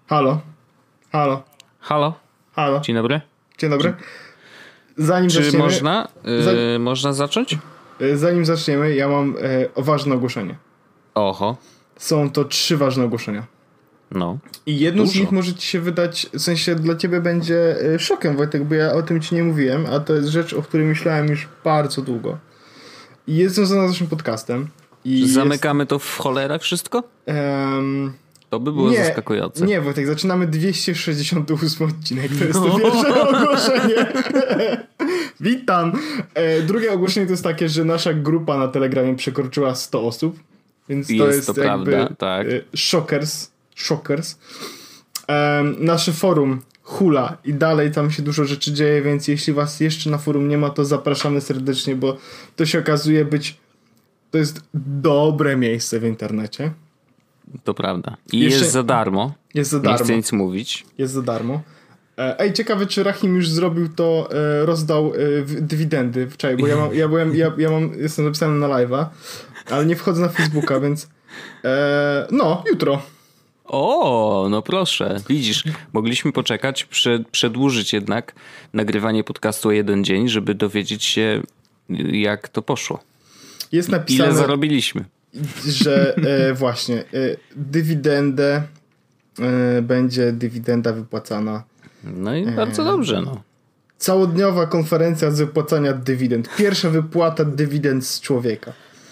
Halo? Halo? Halo? Halo? Dzień dobry. Dzień dobry. Zanim Czy zaczniemy, można zacząć? Zanim zaczniemy, ja mam ważne ogłoszenie. Oho. Są to 3 ważne ogłoszenia. No. I jedno z Dużo. nich może ci się wydać, w sensie dla ciebie będzie szokiem, Wojtek, bo ja o tym ci nie mówiłem, a to jest rzecz, o której myślałem już bardzo długo. I jest związana z naszym podcastem. I Zamykamy to w cholerę wszystko? To by było zaskakujące. Nie, Wojtek, zaczynamy 268 odcinek. To jest to pierwsze ogłoszenie. Witam. Drugie ogłoszenie to jest takie, że nasza grupa na Telegramie przekroczyła 100 osób. Więc to jest to jakby prawda, tak. Shockers. Nasze forum hula i dalej tam się dużo rzeczy dzieje, więc jeśli was jeszcze na forum nie ma, to zapraszamy serdecznie, bo to się okazuje to jest dobre miejsce w internecie. To prawda. I jest za darmo. Jest za darmo. Nie chcę nic mówić. Jest za darmo. Ciekawe, czy Rahim już zrobił to, rozdał dywidendy wczoraj, bo jestem zapisany na live'a, ale nie wchodzę na Facebooka, więc jutro. O, no proszę. Widzisz, mogliśmy poczekać, przedłużyć jednak nagrywanie podcastu o jeden dzień, żeby dowiedzieć się, jak to poszło. Jest napisane, ile zarobiliśmy. Że właśnie dywidendę będzie dywidenda wypłacana. No i bardzo dobrze, no. Całodniowa konferencja z wypłacania dywidend. Pierwsza wypłata dywidend z człowieka.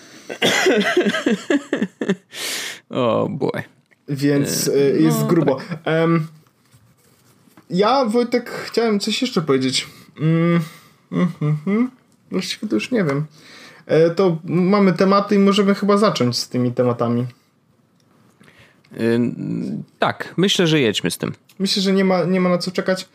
O boy. Więc jest grubo. Tak. Ja, Wojtek, chciałem coś jeszcze powiedzieć. Właściwie to już nie wiem. To mamy tematy i możemy chyba zacząć z tymi tematami. Tak, myślę, że jedźmy z tym. Myślę, że nie ma na co czekać.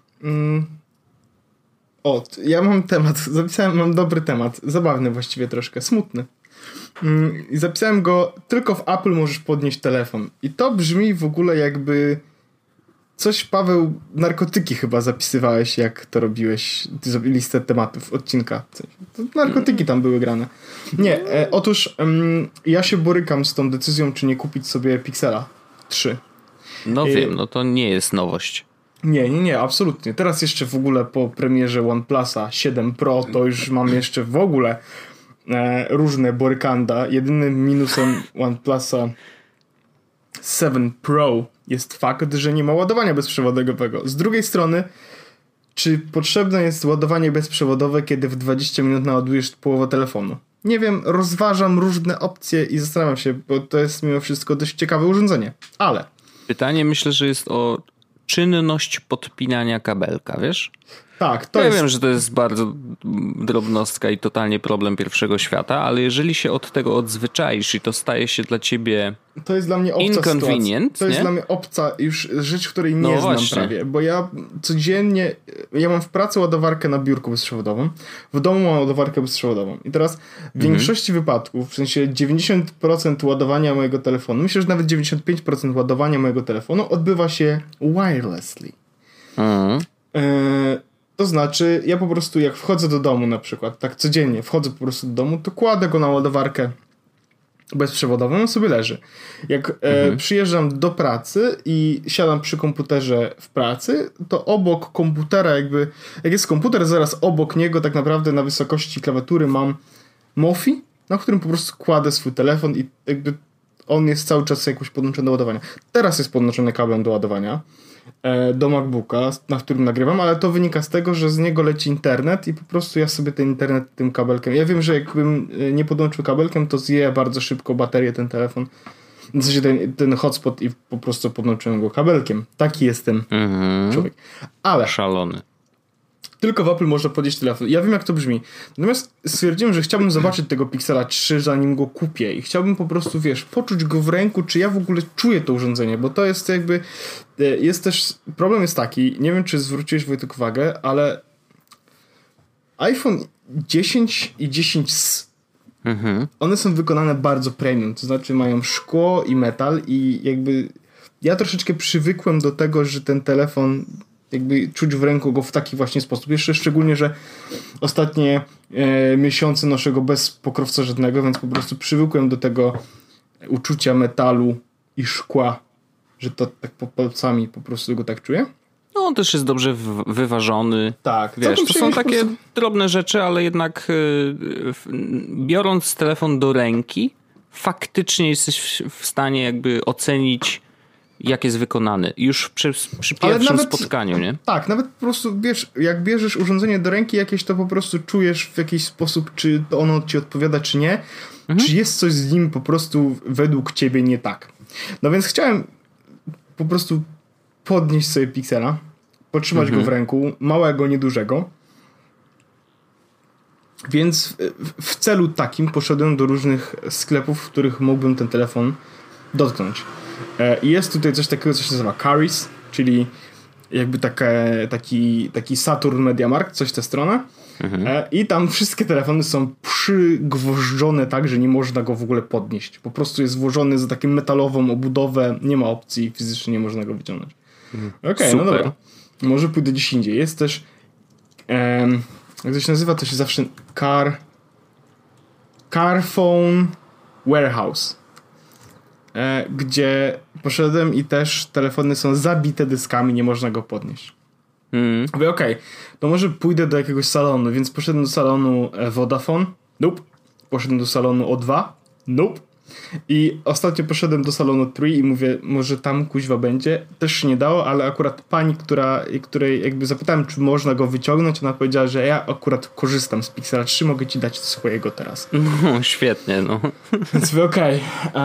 Ja mam temat. Mam dobry temat. Zabawny właściwie troszkę. Smutny. I zapisałem go, tylko w Apple możesz podnieść telefon. I to brzmi w ogóle jakby coś, Paweł, narkotyki chyba zapisywałeś, jak to robiłeś, listę tematów odcinka. To narkotyki tam były grane. Nie, otóż ja się borykam z tą decyzją, czy nie kupić sobie Pixela 3. No wiem, no to nie jest nowość. Nie, absolutnie. Teraz jeszcze w ogóle po premierze OnePlusa 7 Pro to już mam jeszcze w ogóle różne borykanda. Jedynym minusem OnePlusa 7 Pro jest fakt, że nie ma ładowania bezprzewodowego. Z drugiej strony, czy potrzebne jest ładowanie bezprzewodowe, kiedy w 20 minut naładujesz połowę telefonu? Nie wiem, rozważam różne opcje i zastanawiam się, bo to jest mimo wszystko dość ciekawe urządzenie. Ale pytanie, myślę, że jest o czynność podpinania kabelka, wiesz? Tak, wiem, że to jest bardzo drobnostka i totalnie problem pierwszego świata, ale jeżeli się od tego odzwyczaisz i to staje się dla ciebie to jest dla mnie obca inconvenient, sytuacja. To jest dla mnie obca już rzecz, której nie znam prawie, bo ja codziennie, mam w pracy ładowarkę na biurku bezprzewodową, w domu mam ładowarkę bezprzewodową i teraz w większości wypadków, w sensie 90% ładowania mojego telefonu, myślę, że nawet 95% ładowania mojego telefonu odbywa się wirelessly. To znaczy, ja po prostu jak wchodzę do domu na przykład, tak codziennie wchodzę po prostu do domu, to kładę go na ładowarkę bezprzewodową, on sobie leży. Jak przyjeżdżam do pracy i siadam przy komputerze w pracy, to obok komputera jak jest komputer, zaraz obok niego tak naprawdę na wysokości klawiatury mam Mofi, na którym po prostu kładę swój telefon i jakby on jest cały czas jakoś podłączony do ładowania. Teraz jest podłączony kablem do ładowania do MacBooka, na którym nagrywam, ale to wynika z tego, że z niego leci internet i po prostu ja sobie ten internet tym kabelkiem. Ja wiem, że jakbym nie podłączył kabelkiem, to zje bardzo szybko baterię ten telefon. W sensie ten hotspot i po prostu podłączyłem go kabelkiem. Taki jest ten człowiek. Ale szalony. Tylko w Apple można podnieść telefon. Ja wiem, jak to brzmi. Natomiast stwierdziłem, że chciałbym zobaczyć tego Pixela 3, zanim go kupię. I chciałbym po prostu, poczuć go w ręku, czy ja w ogóle czuję to urządzenie, bo to jest jakby... Jest też... Problem jest taki, nie wiem, czy zwróciłeś, Wojtek, uwagę, ale iPhone 10 i 10s one są wykonane bardzo premium. To znaczy mają szkło i metal i jakby... Ja troszeczkę przywykłem do tego, że ten telefon... jakby czuć w ręku go w taki właśnie sposób. Jeszcze szczególnie, że ostatnie miesiące noszę go bez pokrowca żadnego, więc po prostu przywykłem do tego uczucia metalu i szkła, że to tak po palcami po prostu go tak czuję. No on też jest dobrze wyważony. Tak. Wiesz, to są takie drobne rzeczy, ale jednak biorąc telefon do ręki, faktycznie jesteś w stanie jakby ocenić, jak jest wykonany. Już przy pierwszym spotkaniu, nie? Tak, nawet po prostu wiesz, jak bierzesz urządzenie do ręki jakieś, to po prostu czujesz w jakiś sposób, czy to ono ci odpowiada, czy nie. Czy jest coś z nim po prostu według ciebie nie tak. No więc chciałem po prostu podnieść sobie Pixela, potrzymać go w ręku, małego, niedużego. Więc w celu takim poszedłem do różnych sklepów, w których mógłbym ten telefon dotknąć. I jest tutaj coś takiego, co się nazywa Caris, czyli jakby taki Saturn MediaMarkt, coś w tę stronę. I tam wszystkie telefony są przygwożdżone tak, że nie można go w ogóle podnieść. Po prostu jest włożony za taką metalową obudowę, nie ma opcji, fizycznie nie można go wyciągnąć. Okej, no dobra. Może pójdę gdzieś indziej. Jest też jak to się nazywa, to się zawsze Carphone Warehouse, gdzie poszedłem i też telefony są zabite dyskami, nie można go podnieść. Mówię, okej, to może pójdę do jakiegoś salonu, więc poszedłem do salonu Vodafone, nope. Poszedłem do salonu O2, nope. I ostatnio poszedłem do salonu 3 i mówię, może tam kuźwa będzie. Też się nie dało, ale akurat pani, której jakby zapytałem, czy można go wyciągnąć, ona powiedziała, że ja akurat korzystam z Pixela 3, mogę ci dać swojego teraz. No, świetnie, no. Więc mówię, okej.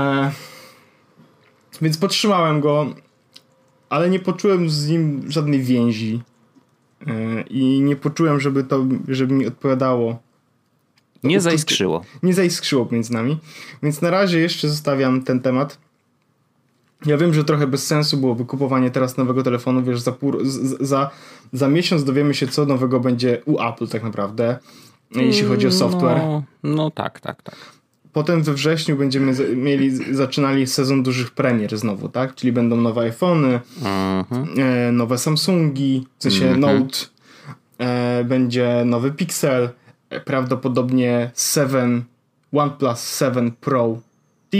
Więc podtrzymałem go, ale nie poczułem z nim żadnej więzi. I nie poczułem, żeby mi odpowiadało. Nie zaiskrzyło. Nie zaiskrzyło między nami. Więc na razie jeszcze zostawiam ten temat. Ja wiem, że trochę bez sensu było wykupowanie teraz nowego telefonu. Wiesz, za miesiąc dowiemy się, co nowego będzie u Apple tak naprawdę, jeśli chodzi o software. No tak. Potem we wrześniu będziemy zaczynali sezon dużych premier znowu, tak? Czyli będą nowe iPhony, nowe Samsungi, w sensie Note, będzie nowy Pixel, prawdopodobnie OnePlus 7 Pro T.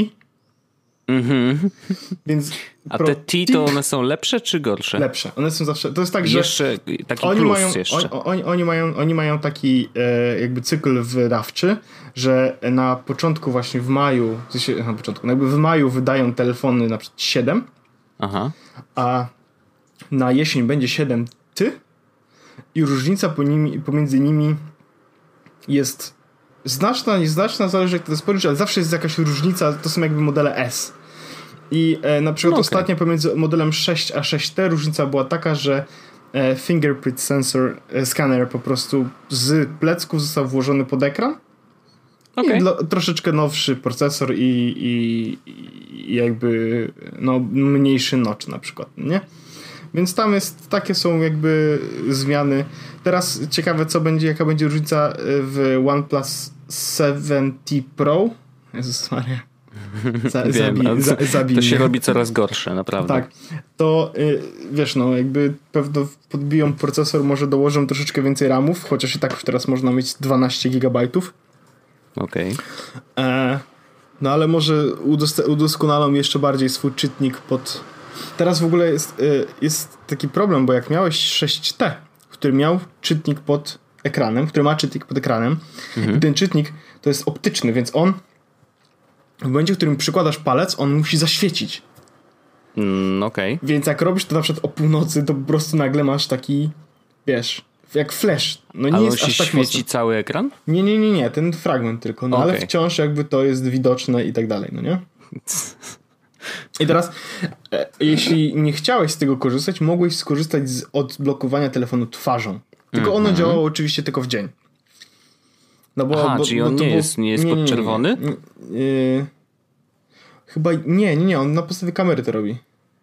Więc a te T to one są lepsze czy gorsze? Lepsze. One są zawsze... To jest tak, że... Jeszcze taki plus jeszcze. Oni mają taki jakby cykl wydawczy, że na początku właśnie w maju, w maju wydają telefony na przykład 7, a na jesień będzie 7T i różnica pomiędzy nimi jest znaczna, nieznaczna, zależy jak to spojrzysz, ale zawsze jest jakaś różnica, to są jakby modele S. I na przykład ostatnio pomiędzy modelem 6 a 6T różnica była taka, że fingerprint sensor, scanner po prostu z plecków został włożony pod ekran. I troszeczkę nowszy procesor i jakby mniejszy notch na przykład, nie? Więc tam takie są jakby zmiany. Teraz ciekawe jaka będzie różnica w OnePlus 7T Pro. Jezus Maria. To się robi coraz gorsze, naprawdę. Tak. To wiesz, jakby pewno podbiją procesor, może dołożą troszeczkę więcej RAMów, chociaż i tak już teraz można mieć 12 GB. No ale może udoskonalą jeszcze bardziej swój czytnik pod... Teraz w ogóle jest taki problem, bo jak miałeś 6T, który miał czytnik pod ekranem, który ma czytnik pod ekranem i ten czytnik to jest optyczny, więc on w momencie, w którym przykładasz palec, on musi zaświecić. Więc jak robisz to na przykład o północy, to po prostu nagle masz taki, wiesz, jak flash. No nie jest aż tak świeci cały ekran? Nie, ten fragment tylko. Ale wciąż jakby to jest widoczne i tak dalej, no nie? I teraz, jeśli nie chciałeś z tego korzystać, mogłeś skorzystać z odblokowania telefonu twarzą. Tylko ono działało oczywiście tylko w dzień. Czyli on nie jest podczerwony? Chyba nie, on na podstawie kamery to robi.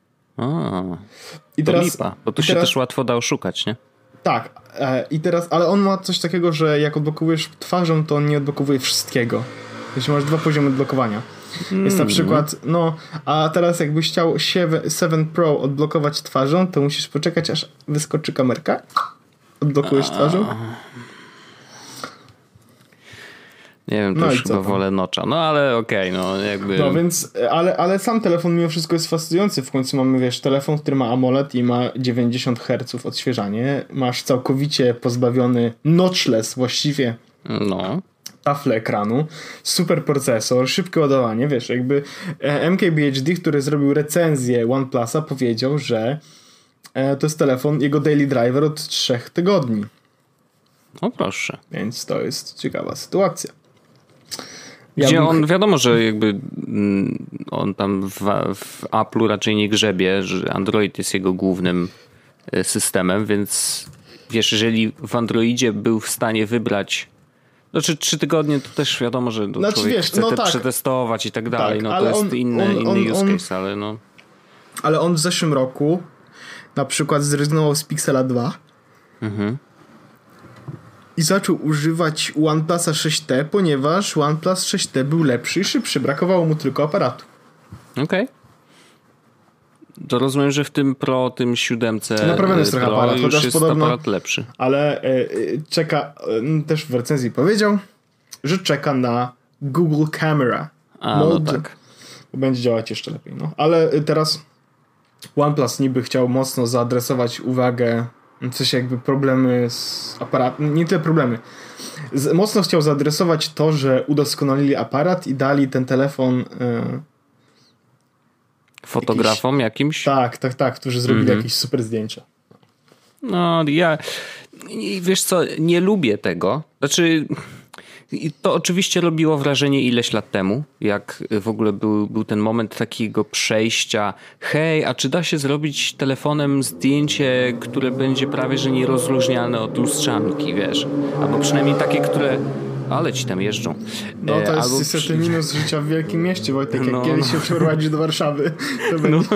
I teraz, lipa, bo tu się też łatwo da oszukać, nie? Tak, i teraz, ale on ma coś takiego, że jak odblokujesz twarzą, to on nie odblokuje wszystkiego. Jeśli masz 2 poziomy odblokowania. Jest na przykład, a teraz jakbyś chciał 7 Pro odblokować twarzą, to musisz poczekać, aż wyskoczy kamerka. Odblokujesz twarzą. Nie wiem, to już chyba wolę Notcha. No ale okej, no jakby... No więc, ale sam telefon mimo wszystko jest fascynujący. W końcu mamy, wiesz, telefon, który ma AMOLED i ma 90 Hz odświeżanie. Masz całkowicie pozbawiony notchless właściwie. No. Taflę ekranu, super procesor, szybkie ładowanie, wiesz, jakby MKBHD, który zrobił recenzję OnePlusa, powiedział, że to jest telefon, jego daily driver od 3 tygodni. O proszę. Więc to jest ciekawa sytuacja. Gdzie on, wiadomo, że jakby on tam w Apple'u raczej nie grzebie, że Android jest jego głównym systemem, więc wiesz, jeżeli w Androidzie był w stanie wybrać, znaczy 3 tygodnie to też wiadomo, że człowiek chce przetestować i tak dalej, no to jest inny use case, ale no. Ale on w zeszłym roku na przykład zrezygnował z Pixela 2 i zaczął używać OnePlusa 6T, ponieważ OnePlus 6T był lepszy i szybszy, brakowało mu tylko aparatu. Okej. To rozumiem, że w tym Pro, tym 7 naprawdę jest trochę aparat, chociaż jest podobno aparat lepszy. Ale czeka, też w recenzji powiedział, że czeka na Google Camera. No tak. Będzie działać jeszcze lepiej. No. Ale teraz OnePlus niby chciał mocno zaadresować uwagę, w sensie jakby problemy z aparatem, nie tyle problemy. Mocno chciał zaadresować to, że udoskonalili aparat i dali ten telefon fotografom jakimś? Tak, którzy zrobili jakieś super zdjęcia. No ja, wiesz co, nie lubię tego. Znaczy, to oczywiście robiło wrażenie ileś lat temu, jak w ogóle był ten moment takiego przejścia. Hej, a czy da się zrobić telefonem zdjęcie, które będzie prawie że nierozróżnialne od lustrzanki, wiesz? Albo przynajmniej takie, które... Ale ci tam jeżdżą. No to jest niestety minus życia w wielkim mieście, Wojtek. Jak kiedyś się przeprowadzisz do Warszawy, to będzie...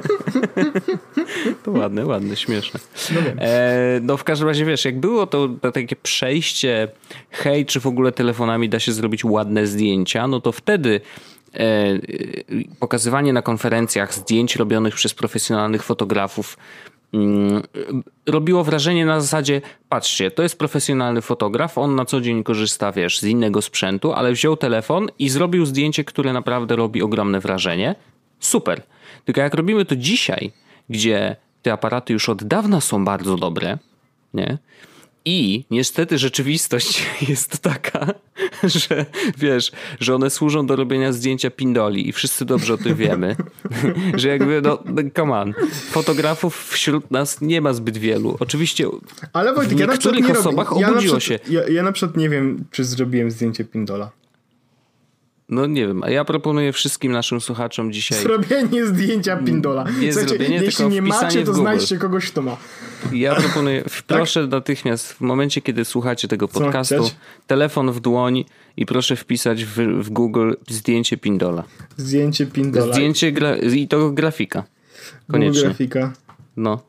To ładne, śmieszne. No w każdym razie, wiesz, jak było to takie przejście, hej, czy w ogóle telefonami da się zrobić ładne zdjęcia, no to wtedy pokazywanie na konferencjach zdjęć robionych przez profesjonalnych fotografów robiło wrażenie na zasadzie, patrzcie, to jest profesjonalny fotograf, on na co dzień korzysta, wiesz, z innego sprzętu, ale wziął telefon i zrobił zdjęcie, które naprawdę robi ogromne wrażenie. Super. Tylko jak robimy to dzisiaj, gdzie te aparaty już od dawna są bardzo dobre, nie? I niestety rzeczywistość jest taka, że wiesz, że one służą do robienia zdjęcia pindoli i wszyscy dobrze o tym wiemy, że jakby, no come on, fotografów wśród nas nie ma zbyt wielu. Oczywiście ale Wojtek, w niektórych osobach obudziło się. Ja na przykład nie wiem, czy zrobiłem zdjęcie pindola. No nie wiem, a ja proponuję wszystkim naszym słuchaczom dzisiaj... Zrobienie zdjęcia pindola. Nie zrobienie, jeśli tylko nie macie, to w Google. znajdźcie kogoś, kto ma. Ja proponuję, proszę natychmiast, w momencie, kiedy słuchacie tego podcastu, telefon w dłoń i proszę wpisać w Google zdjęcie pindola. Zdjęcie pindola. I to grafika. Koniecznie. Google grafika. No.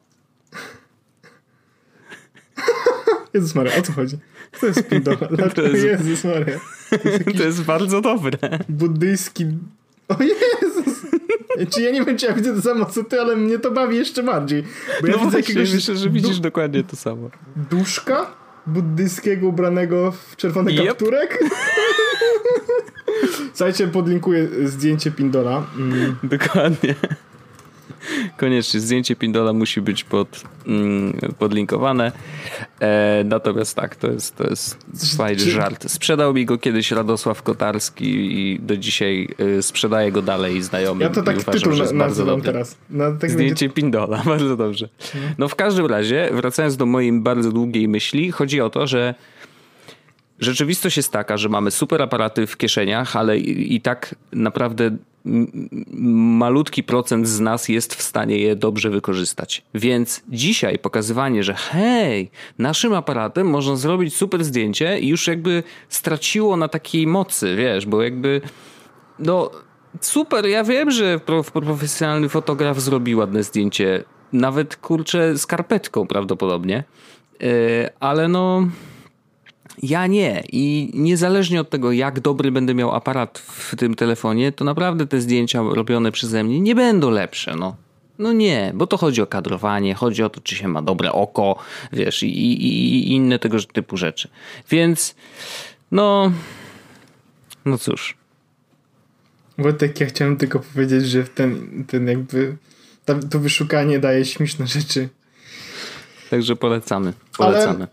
Jezus Maria, o co chodzi? Co jest pindola? Jezus Maria. To jest bardzo dobre. Buddyjski... O Jezus! Czy ja nie wiem, czy ja widzę to samo co ty, ale mnie to bawi jeszcze bardziej. Bo ja widzę jakiegoś... Myślę, że widzisz dokładnie to samo. Duszka buddyjskiego ubranego w czerwony kapturek. Słuchajcie, podlinkuję zdjęcie pindola. Dokładnie. Koniecznie, zdjęcie pindola musi być podlinkowane. Natomiast tak, to jest fajny żart. Sprzedał mi go kiedyś Radosław Kotarski i do dzisiaj sprzedaję go dalej znajomym. Ja to tak tytuł nazywam teraz. Zdjęcie pindola, bardzo dobrze. No w każdym razie, wracając do mojej bardzo długiej myśli, chodzi o to, że rzeczywistość jest taka, że mamy super aparaty w kieszeniach, ale i tak naprawdę malutki procent z nas jest w stanie je dobrze wykorzystać. Więc dzisiaj pokazywanie, że hej, naszym aparatem można zrobić super zdjęcie i już jakby straciło na takiej mocy, wiesz, bo jakby no super, ja wiem, że profesjonalny fotograf zrobi ładne zdjęcie, nawet kurczę skarpetką prawdopodobnie, ale no ja nie. I niezależnie od tego, jak dobry będę miał aparat w tym telefonie, to naprawdę te zdjęcia robione przeze mnie nie będą lepsze, no. No nie, bo to chodzi o kadrowanie, chodzi o to, czy się ma dobre oko, wiesz, i inne tego typu rzeczy. Więc, no, No cóż. Wojtek, ja chciałem tylko powiedzieć, że ten jakby to wyszukanie daje śmieszne rzeczy. Także polecamy. Ale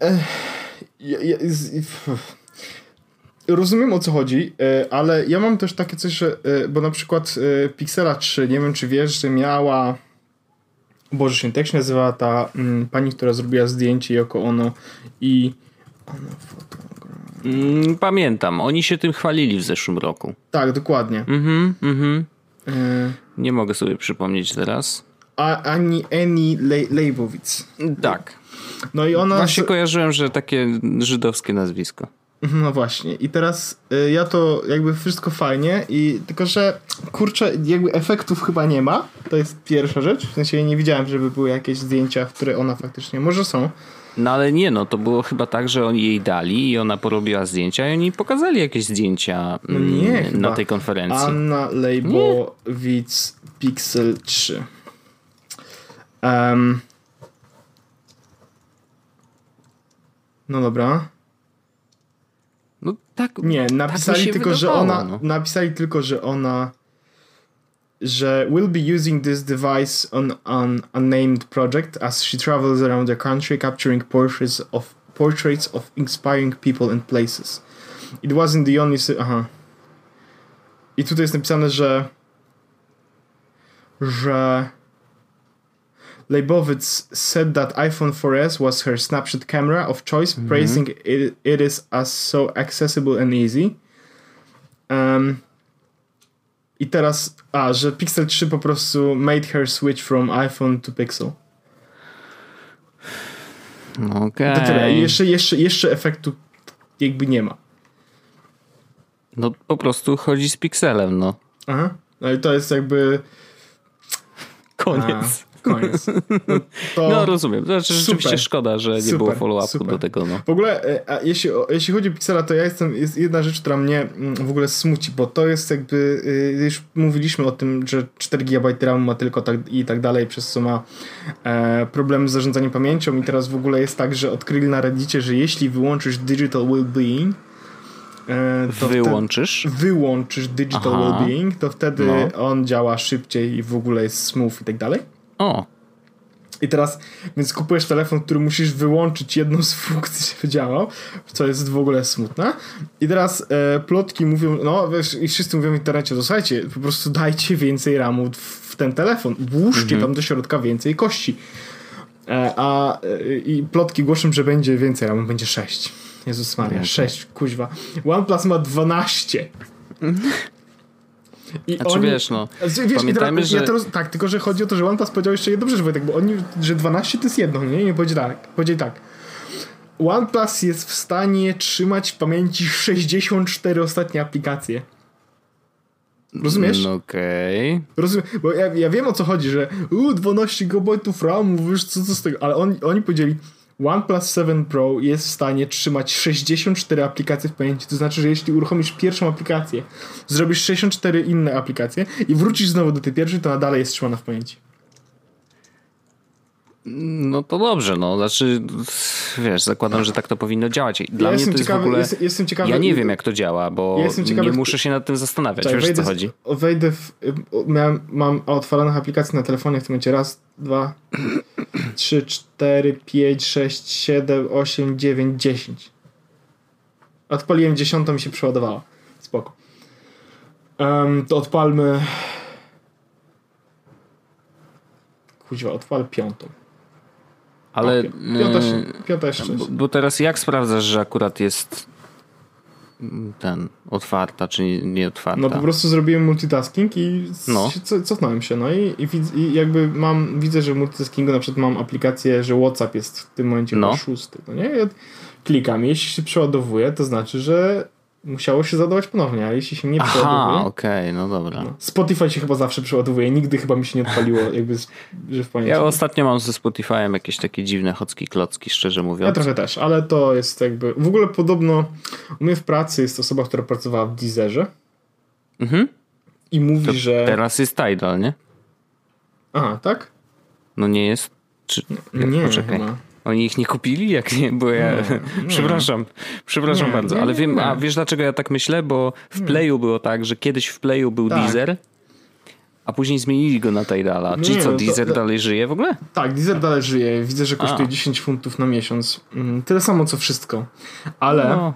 rozumiem, o co chodzi, ale ja mam też takie coś, że bo na przykład Pixela 3, nie wiem czy wiesz, że miała Boże Święty, jak się nazywa ta pani, która zrobiła zdjęcie Yoko Ono i pamiętam, oni się tym chwalili w zeszłym roku. Tak, dokładnie. Nie mogę sobie przypomnieć teraz. Annie Leibovitz. Tak. No i ona... Właśnie kojarzyłem, że takie żydowskie nazwisko. No właśnie. I teraz ja to jakby wszystko fajnie i tylko, że kurczę, jakby efektów chyba nie ma. To jest pierwsza rzecz. W sensie ja nie widziałem, żeby były jakieś zdjęcia, w które ona faktycznie... Może są. No ale nie, no to było chyba tak, że oni jej dali i ona porobiła zdjęcia i oni pokazali jakieś zdjęcia na tej konferencji. Anna Leibovitz Pixel 3. No dobra. No tak. Nie, napisali tak tylko, wydawało, że ona. no. Napisali tylko, że ona. Że will be using this device on an unnamed project as she travels around the country capturing portraits of inspiring people and places. It wasn't the only. Aha. I tutaj jest napisane, że Leibovitz said that iPhone 4S was her snapshot camera of choice, praising it is as so accessible and easy. I teraz, że Pixel 3 po prostu made her switch from iPhone to Pixel. Okej. To tyle. I jeszcze efektu jakby nie ma. No po prostu chodzi z Pixelem, no. Aha. No i to jest jakby... Koniec. Koniec. No rozumiem. To znaczy rzeczywiście szkoda, że nie było follow-upu do tego. No. W ogóle jeśli chodzi o Pixela, to jest jedna rzecz, która mnie w ogóle smuci, bo to jest jakby, już mówiliśmy o tym, że 4 GB RAM ma tylko i tak dalej, przez co ma problemy z zarządzaniem pamięcią i teraz w ogóle jest tak, że odkryli na Reddicie, że jeśli wyłączysz Digital Wellbeing, wyłączysz Digital Wellbeing, to wtedy on działa szybciej i w ogóle jest smooth i tak dalej. O. I teraz, więc kupujesz telefon, który musisz wyłączyć jedną z funkcji, żeby działał, co jest w ogóle smutne. I teraz plotki mówią, no wiesz, i wszyscy mówią w internecie, to słuchajcie, po prostu dajcie więcej RAMu w ten telefon, włóżcie tam do środka więcej kości. I plotki głoszą, że będzie więcej RAMu, będzie 6. Jezus Maria, 6, kuźwa. OnePlus ma 12. I wiesz, no. Pamiętajmy, że... tak, tylko że chodzi o to, że OnePlus powiedział jeszcze jedną rzecz, Wojtek, bo oni, że 12 to jest jedno, nie powiedzieli tak. OnePlus jest w stanie trzymać w pamięci 64 ostatnie aplikacje. Rozumiesz? Okej. Rozumiem, bo ja wiem, o co chodzi, że 12 GB RAMu, wiesz, co z tego, ale oni powiedzieli, OnePlus 7 Pro jest w stanie trzymać 64 aplikacje w pamięci. To znaczy, że jeśli uruchomisz pierwszą aplikację, zrobisz 64 inne aplikacje i wrócisz znowu do tej pierwszej, to ona dalej jest trzymana w pamięci. No to dobrze, no. Znaczy, wiesz, zakładam, że tak to powinno działać. Dla mnie to jest ciekawy, w ogóle... Jestem ciekawy, ja nie wiem, jak to działa, bo nie muszę się nad tym zastanawiać. Wiesz, o co chodzi? Mam otwalonych aplikacji na telefonie w tym momencie. 1, 2, 3, 4, 5, 6, 7, 8, 9, 10. Odpaliłem 10, mi się przeładowała. Spoko. To odpalmy... Kuźwa, odpal 5. Ale... Piąta jeszcze. Bo teraz jak sprawdzasz, że akurat jest otwarta, czy nie otwarta? No po prostu zrobiłem multitasking i cofnąłem się. No i jakby widzę, że w multitaskingu na przykład mam aplikację, że WhatsApp jest w tym momencie 6. No nie? Ja klikam. Jeśli się przeładowuje, to znaczy, że musiało się załadować ponownie, ale jeśli się nie przeładowuje... okej, no dobra. No. Spotify się chyba zawsze przeładowuje. Nigdy chyba mi się nie odpaliło, jakby, że w pamięci. Ja ostatnio mam ze Spotify'em jakieś takie dziwne klocki, szczerze mówiąc. Ja trochę też, ale to jest jakby... W ogóle podobno u mnie w pracy jest osoba, która pracowała w Deezerze i mówi, to że... Teraz jest Tidal, nie? Aha, tak? No nie jest? Nie, poczekaj. chyba. Oni ich nie kupili? Jak nie? Bo ja... Przepraszam bardzo. Ale wiem, a wiesz dlaczego ja tak myślę? Bo w Playu było tak, że kiedyś w Playu był Deezer, a później zmienili go na Tidala. Czyli co, Deezer dalej żyje w ogóle? Tak, Deezer dalej żyje. Widzę, że kosztuje 10 funtów na miesiąc. Tyle samo co wszystko. Ale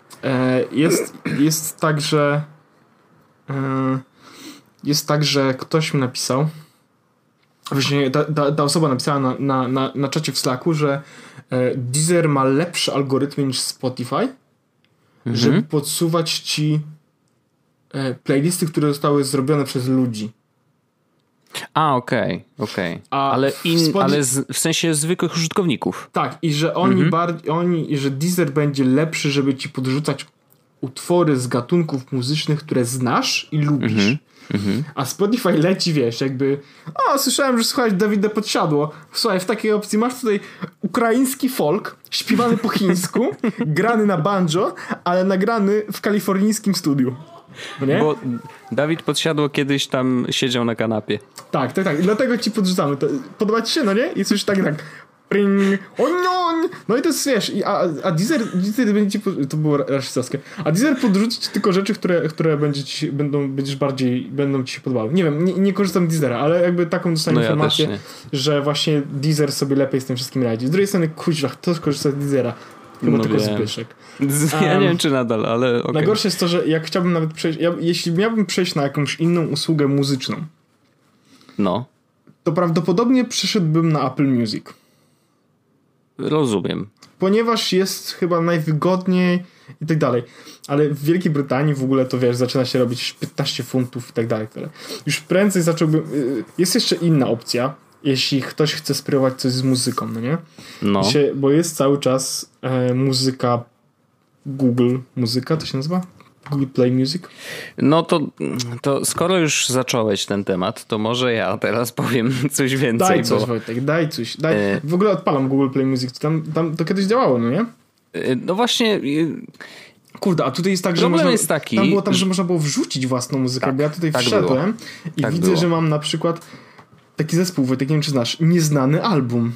jest tak, że ktoś mi napisał, właśnie ta osoba napisała na czacie w Slacku, że Deezer ma lepsze algorytmy niż Spotify, żeby podsuwać ci playlisty, które zostały zrobione przez ludzi. Okej. Ale w sensie zwykłych użytkowników. Tak, i że że Deezer będzie lepszy, żeby ci podrzucać utwory z gatunków muzycznych, które znasz i lubisz. A Spotify leci, wiesz, jakby słyszałem, że słuchałeś Dawida Podsiadło. Słuchaj, w takiej opcji masz tutaj ukraiński folk, śpiewany po chińsku, grany na banjo, ale nagrany w kalifornijskim studiu. Nie? Bo Dawid Podsiadło kiedyś tam siedział na kanapie. Tak. I dlatego ci podrzucamy. Podoba ci się, no nie? I coś tak. Pring, no i to jest, wiesz, a Deezer będzie ci, to było rasistowskie, a Deezer podrzuci ci tylko rzeczy, które będą ci się podobały. Nie wiem, nie korzystam z Deezera, ale jakby taką dostałem informację, że właśnie Deezer sobie lepiej z tym wszystkim radzi. Z drugiej strony, kuźwa, kto korzysta z Deezera? Chyba tylko Zbyszek. Ja nie wiem, czy nadal, ale okej. Najgorsze jest to, że jak chciałbym nawet przejść, jeśli miałbym przejść na jakąś inną usługę muzyczną, to prawdopodobnie przeszedłbym na Apple Music. Rozumiem. Ponieważ jest chyba najwygodniej i tak dalej. Ale w Wielkiej Brytanii w ogóle to, wiesz, zaczyna się robić 15 funtów i tak dalej. Już prędzej zacząłbym... Jest jeszcze inna opcja, jeśli ktoś chce spróbować coś z muzyką, no nie? Bo jest cały czas muzyka Google Muzyka, to się nazywa? Google Play Music? No to skoro już zacząłeś ten temat, to może ja teraz powiem coś więcej. Daj coś, Wojtek, daj coś. W ogóle odpalam Google Play Music. Tam to kiedyś działało, no nie? No właśnie... Kurde, a tutaj jest tak, że tam było tak, że można było wrzucić własną muzykę, bo ja tutaj wszedłem i widzę, że mam na przykład taki zespół, Wojtek, nie wiem, czy znasz, Nieznany album.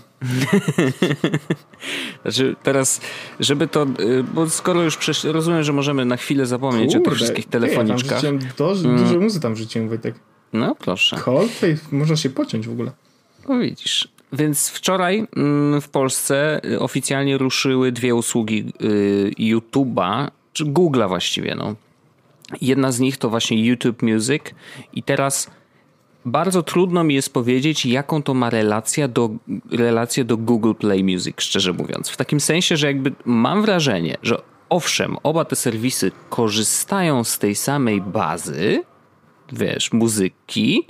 Znaczy teraz, żeby to, bo skoro już rozumiem, że możemy na chwilę zapomnieć o tych wszystkich telefoniczkach. Ja tam dużo muzy tam wrzuciłem, Wojtek. No proszę. Coldplay, można się pociąć w ogóle. No widzisz. Więc wczoraj w Polsce oficjalnie ruszyły dwie usługi YouTube'a, czy Google'a właściwie, no. Jedna z nich to właśnie YouTube Music i teraz bardzo trudno mi jest powiedzieć, jaką to ma relację do Google Play Music, szczerze mówiąc. W takim sensie, że jakby mam wrażenie, że owszem, oba te serwisy korzystają z tej samej bazy, wiesz, muzyki,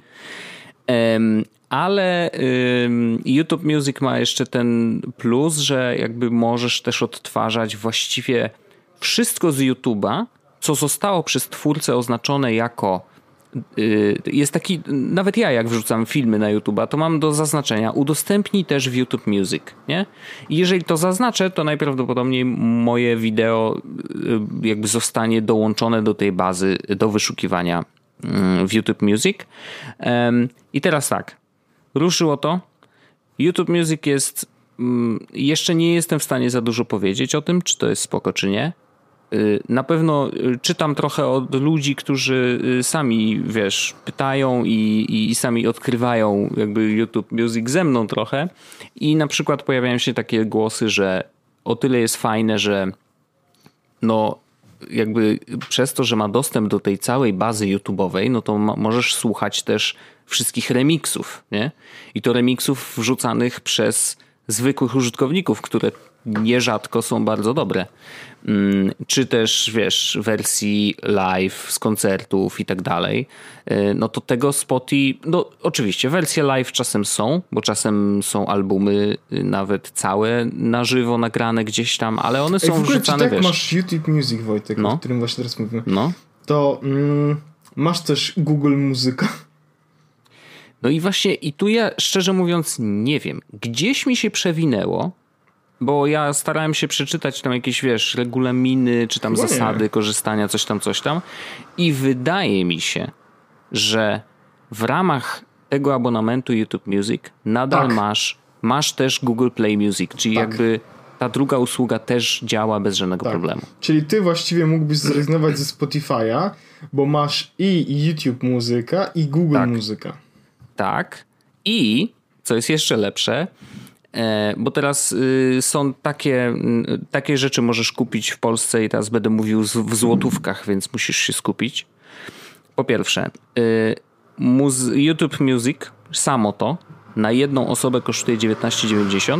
ale YouTube Music ma jeszcze ten plus, że jakby możesz też odtwarzać właściwie wszystko z YouTube'a, co zostało przez twórcę oznaczone jako jest taki, nawet ja jak wrzucam filmy na YouTube'a, to mam do zaznaczenia udostępnij też w YouTube Music, nie? I jeżeli to zaznaczę, to najprawdopodobniej moje wideo jakby zostanie dołączone do tej bazy do wyszukiwania w YouTube Music. I teraz tak, ruszyło to. YouTube Music jest, jeszcze nie jestem w stanie za dużo powiedzieć o tym, czy to jest spoko, czy nie. Na pewno czytam trochę od ludzi, którzy sami, wiesz, pytają i sami odkrywają jakby YouTube Music ze mną trochę i na przykład pojawiają się takie głosy, że o tyle jest fajne, że no jakby przez to, że ma dostęp do tej całej bazy YouTube'owej, no to możesz słuchać też wszystkich remixów, nie? I to remixów wrzucanych przez zwykłych użytkowników, które nierzadko są bardzo dobre. Czy też, wiesz, wersji live z koncertów i tak dalej. No to tego Spotify, no oczywiście wersje live czasem są, bo czasem są albumy nawet całe na żywo nagrane gdzieś tam, ale one są wrzucane, wiesz. Jak masz YouTube Music, Wojtek, o którym właśnie teraz mówimy, to masz też Google Muzyka. No i właśnie, i tu ja szczerze mówiąc nie wiem, gdzieś mi się przewinęło, bo ja starałem się przeczytać tam jakieś, wiesz, regulaminy, czy tam zasady korzystania, coś tam. I wydaje mi się, że w ramach tego abonamentu YouTube Music nadal masz masz też Google Play Music, czyli jakby ta druga usługa też działa bez żadnego problemu. Czyli ty właściwie mógłbyś zrezygnować ze Spotify'a, bo masz i YouTube Muzyka, i Google Muzyka. Tak. I, co jest jeszcze lepsze, bo teraz są takie rzeczy możesz kupić w Polsce i teraz będę mówił w złotówkach, więc musisz się skupić. Po pierwsze, YouTube Music, samo to, na jedną osobę kosztuje 19,90,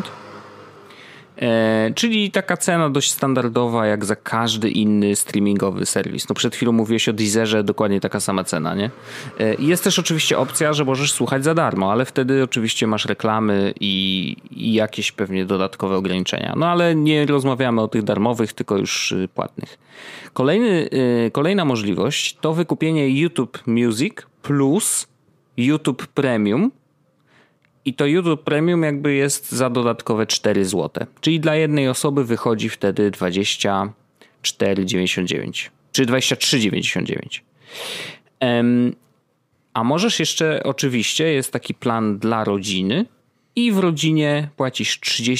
czyli taka cena dość standardowa jak za każdy inny streamingowy serwis. No przed chwilą mówiłeś o Deezerze, dokładnie taka sama cena, nie? Jest też oczywiście opcja, że możesz słuchać za darmo, ale wtedy oczywiście masz reklamy i jakieś pewnie dodatkowe ograniczenia. No ale nie rozmawiamy o tych darmowych, tylko już płatnych. Kolejna możliwość to wykupienie YouTube Music plus YouTube Premium. I to YouTube Premium jakby jest za dodatkowe 4 zł. Czyli dla jednej osoby wychodzi wtedy 24,99. Czy 23,99. A możesz jeszcze, oczywiście, jest taki plan dla rodziny i w rodzinie płacisz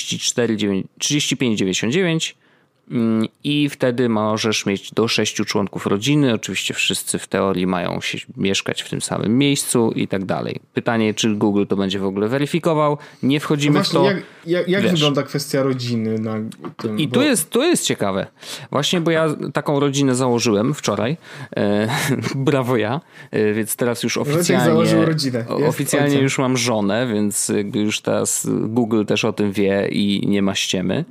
35,99 i wtedy możesz mieć do 6 członków rodziny. Oczywiście wszyscy w teorii mają się mieszkać w tym samym miejscu i tak dalej. Pytanie, czy Google to będzie w ogóle weryfikował. Nie wchodzimy w to. Jak wygląda kwestia rodziny na tym? I tu jest ciekawe. Właśnie, bo ja taką rodzinę założyłem wczoraj. Brawo ja. Więc teraz już oficjalnie już mam żonę, więc jakby już teraz Google też o tym wie i nie ma ściemy.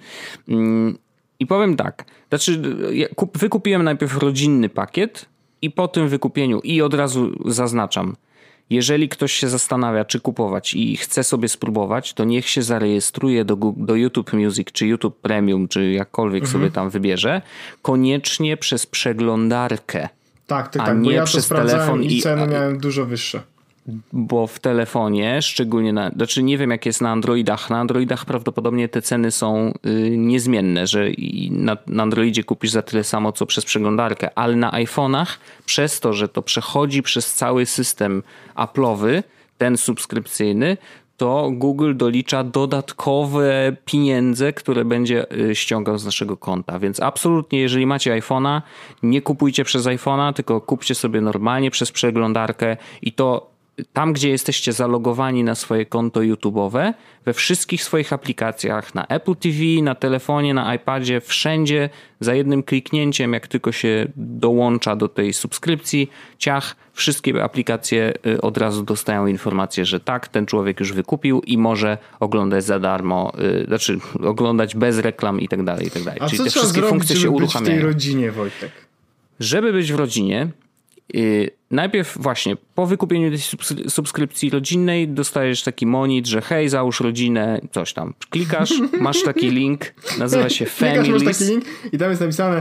I powiem tak, znaczy wykupiłem najpierw rodzinny pakiet i po tym wykupieniu, i od razu zaznaczam, jeżeli ktoś się zastanawia, czy kupować i chce sobie spróbować, to niech się zarejestruje do YouTube Music, czy YouTube Premium, czy jakkolwiek sobie tam wybierze, koniecznie przez przeglądarkę. Tak, bo ja to sprawdzałem i ceny miałem dużo wyższe. Bo w telefonie, szczególnie znaczy nie wiem jak jest na Androidach prawdopodobnie te ceny są niezmienne, że na Androidzie kupisz za tyle samo co przez przeglądarkę, ale na iPhone'ach przez to, że to przechodzi przez cały system Apple'owy, ten subskrypcyjny, to Google dolicza dodatkowe pieniądze, które będzie ściągał z naszego konta. Więc absolutnie, jeżeli macie iPhone'a, nie kupujcie przez iPhone'a, tylko kupcie sobie normalnie przez przeglądarkę i to tam, gdzie jesteście zalogowani na swoje konto YouTube'owe, we wszystkich swoich aplikacjach, na Apple TV, na telefonie, na iPadzie, wszędzie za jednym kliknięciem, jak tylko się dołącza do tej subskrypcji, wszystkie aplikacje od razu dostają informację, że tak, ten człowiek już wykupił i może oglądać za darmo, znaczy oglądać bez reklam i tak dalej, i tak dalej. A czyli co te wszystkie funkcje się uruchamiają. Być w tej rodzinie, Wojtek? Żeby być w rodzinie, najpierw właśnie po wykupieniu tej subskrypcji rodzinnej dostajesz taki monit, że hej, załóż rodzinę, coś tam. Klikasz, masz taki link, nazywa się Families. Klikasz, masz taki link i tam jest napisane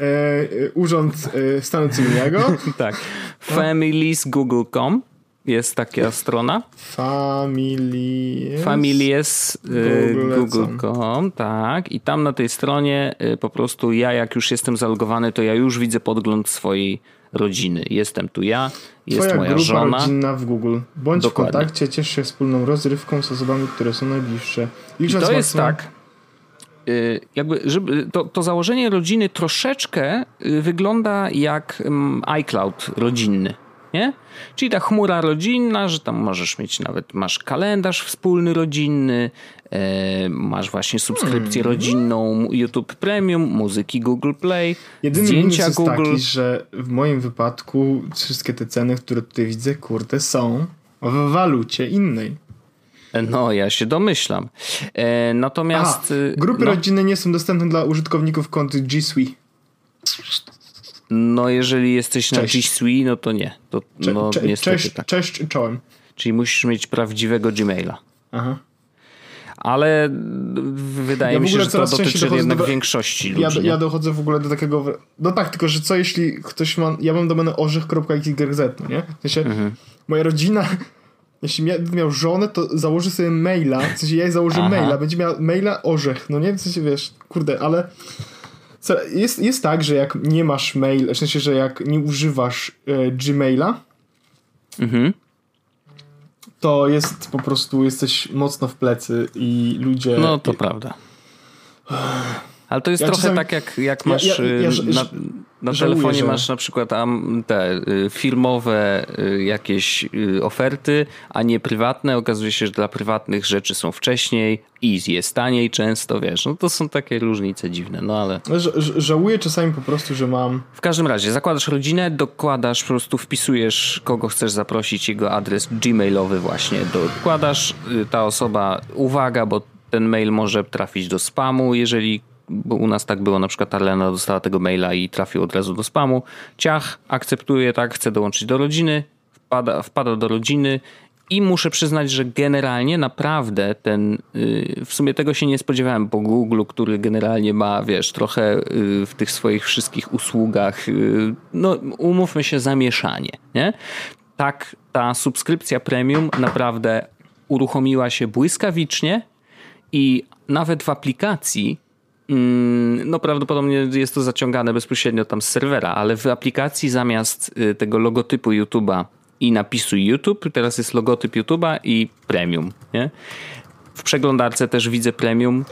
Urząd Stanu Cywilnego. Tak. Families.google.com jest taka strona. Families.google.com, tak. I tam na tej stronie po prostu ja, jak już jestem zalogowany, to ja już widzę podgląd swojej rodziny. Jestem tu ja, jest Twoja moja grupa żona. rodzinna w Google. Bądź Dokładnie. W kontakcie, ciesz się wspólną rozrywką z osobami, które są najbliższe. I to jest tak, jakby, żeby to założenie rodziny troszeczkę wygląda jak iCloud rodzinny. Nie? Czyli ta chmura rodzinna, że tam możesz mieć masz kalendarz wspólny rodzinny, masz właśnie subskrypcję rodzinną YouTube Premium, muzyki Google Play, jedyny zdjęcia minus Google. jest taki, że w moim wypadku wszystkie te ceny, które tutaj widzę, są w walucie innej. No, ja się domyślam. Natomiast... grupy rodzinne nie są dostępne dla użytkowników kont G Suite. No, jeżeli jesteś na G Suite, no to nie. To, niestety tak. Cześć czołem. Czyli musisz mieć prawdziwego Gmaila. Aha. Ale wydaje mi się, że to dotyczy jednak większości ludzi. Ja dochodzę w ogóle do takiego... No tak, tylko że co jeśli ktoś ma... Ja mam domenę orzech.xyz, no nie? W sensie moja rodzina... Jeśli miał żonę, to założy sobie maila. W sensie ja jej założę maila. Będzie miała maila orzech. No nie? W sensie wiesz, kurde, ale... Jest tak, że jak nie masz mail, w sensie, że jak nie używasz Gmaila, to jest po prostu, jesteś mocno w plecy i ludzie... No to prawda. Ale to jest trochę czasami, tak jak masz na telefonie masz na przykład te firmowe jakieś oferty, a nie prywatne. Okazuje się, że dla prywatnych rzeczy są wcześniej i jest taniej często, wiesz. No to są takie różnice dziwne, no ale... Żałuję czasami po prostu, że mam... W każdym razie, zakładasz rodzinę, dokładasz, po prostu wpisujesz, kogo chcesz zaprosić, jego adres gmailowy właśnie, dokładasz, ta osoba, uwaga, bo ten mail może trafić do spamu, bo u nas tak było, na przykład Arlena dostała tego maila i trafił od razu do spamu. Ciach, akceptuje, tak, chce dołączyć do rodziny, wpada do rodziny i muszę przyznać, że generalnie naprawdę w sumie tego się nie spodziewałem po Google, który generalnie ma, wiesz, trochę w tych swoich wszystkich usługach, no umówmy się, zamieszanie, nie? Tak, ta subskrypcja premium naprawdę uruchomiła się błyskawicznie i nawet w aplikacji, no prawdopodobnie jest to zaciągane bezpośrednio tam z serwera, ale w aplikacji zamiast tego logotypu YouTube'a i napisu YouTube, teraz jest logotyp YouTube'a i premium, nie? W przeglądarce też widzę premium,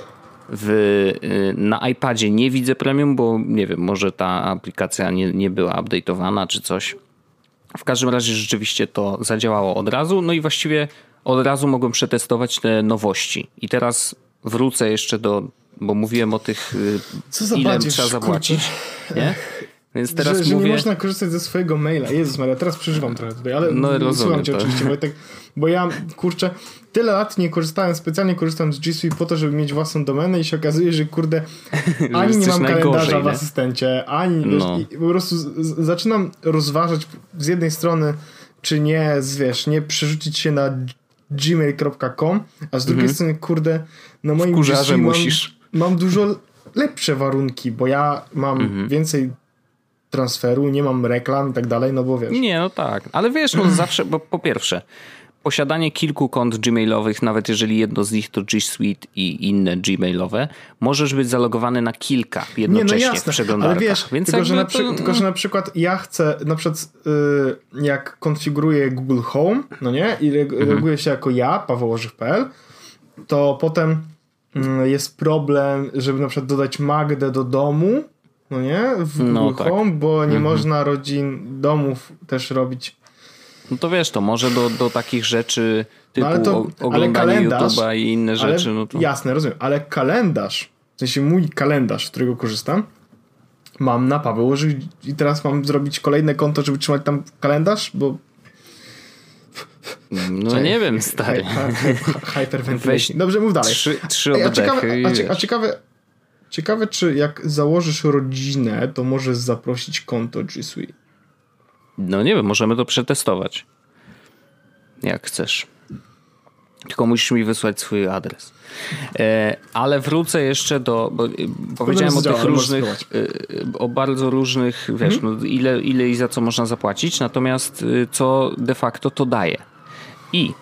na iPadzie nie widzę premium, bo nie wiem, może ta aplikacja nie była update'owana czy coś. W każdym razie rzeczywiście to zadziałało od razu, no i właściwie od razu mogłem przetestować te nowości. I teraz wrócę jeszcze bo mówiłem o tych, ile trzeba zapłacić, nie? Więc teraz że nie można korzystać ze swojego maila. Jezus Maria, teraz przeżywam trochę tutaj, ale słucham cię oczywiście, Wojtek, bo ja, kurczę, tyle lat nie korzystałem, specjalnie korzystam z G Suite po to, żeby mieć własną domenę i się okazuje, że kurde, ani nie mam kalendarza w asystencie, ani wiesz, i po prostu zaczynam rozważać z jednej strony, czy nie, nie przerzucić się na gmail.com, a z drugiej strony, kurde, na moim G Suite mam dużo lepsze warunki, bo ja mam więcej transferu, nie mam reklam i tak dalej, no bo wiesz. Nie, no tak, ale wiesz, no zawsze, bo po pierwsze, posiadanie kilku kont gmailowych, nawet jeżeli jedno z nich to G Suite i inne gmailowe, możesz być zalogowany na kilka jednocześnie w przeglądarkach. Ale wiesz, więc tylko, że na przykład ja chcę, na przykład jak konfiguruję Google Home, no nie, i reaguję się jako ja, pawełożych.pl, to potem jest problem, żeby na przykład dodać Magdę do domu, no nie, w Google Home, bo nie można domów też robić. No to wiesz, to może do takich rzeczy typu oglądanie YouTube'a i inne rzeczy. No to... Jasne, rozumiem, ale kalendarz, w sensie mój kalendarz, z którego korzystam, mam na Paweł Łożych i teraz mam zrobić kolejne konto, żeby trzymać tam kalendarz, bo... No nie wiem, stary. Hyperventilation. Dobrze, mów dalej. Trzy oddechy. Ciekawe, czy jak założysz rodzinę, to możesz zaprosić konto G Suite. No nie wiem, możemy to przetestować. Jak chcesz. Tylko musisz mi wysłać swój adres. Ale wrócę jeszcze bo powiedziałem o tych różnych, o bardzo różnych, wiesz, no, ile i za co można zapłacić, natomiast co de facto to daje. I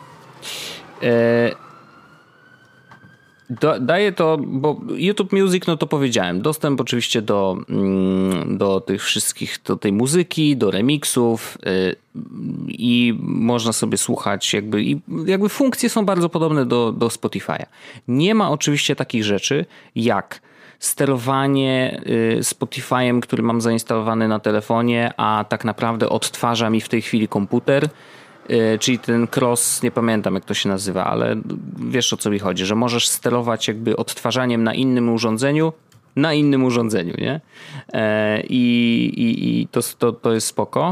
daje to, bo YouTube Music, no to powiedziałem, dostęp oczywiście do tych wszystkich, do tej muzyki, do remixów i można sobie słuchać jakby funkcje są bardzo podobne do Spotify'a. Nie ma oczywiście takich rzeczy jak sterowanie Spotify'em, który mam zainstalowany na telefonie, a tak naprawdę odtwarza mi w tej chwili komputer. Czyli ten cross, nie pamiętam jak to się nazywa, ale wiesz o co mi chodzi, że możesz sterować jakby odtwarzaniem na innym urządzeniu, nie? I to jest spoko.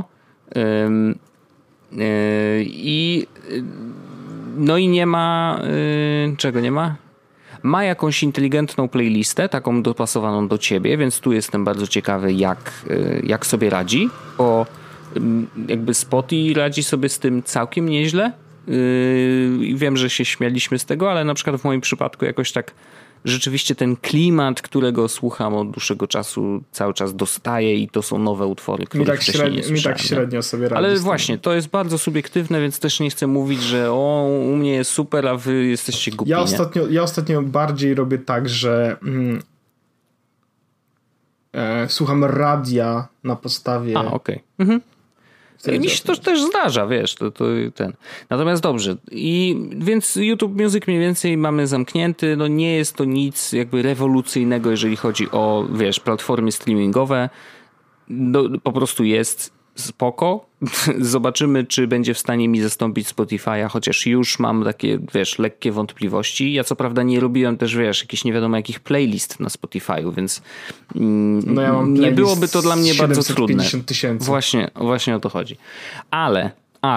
No i nie ma... Czego nie ma? Ma jakąś inteligentną playlistę, taką dopasowaną do ciebie, więc tu jestem bardzo ciekawy jak sobie radzi, bo jakby Spotify radzi sobie z tym całkiem nieźle. Wiem, że się śmialiśmy z tego, ale na przykład w moim przypadku jakoś tak rzeczywiście ten klimat, którego słucham od dłuższego czasu, cały czas dostaję i to są nowe utwory, które wcześniej nie słyszałem. Mi tak średnio sobie radzi. Ale właśnie, to jest bardzo subiektywne, więc też nie chcę mówić, że u mnie jest super, a wy jesteście głupi. Ja ostatnio bardziej robię tak, że słucham radia na podstawie... okej. Mi się to też zdarza, wiesz, to ten. Natomiast dobrze. I więc YouTube Music mniej więcej mamy zamknięty. No nie jest to nic jakby rewolucyjnego, jeżeli chodzi o, wiesz, platformy streamingowe. No, po prostu jest spoko. Zobaczymy, czy będzie w stanie mi zastąpić Spotify'a, chociaż już mam takie, wiesz, lekkie wątpliwości. Ja co prawda nie robiłem też, wiesz, jakichś nie wiadomo jakich playlist na Spotify'u, więc no ja mam nie byłoby to dla mnie bardzo trudne. 000. Właśnie o to chodzi. Ale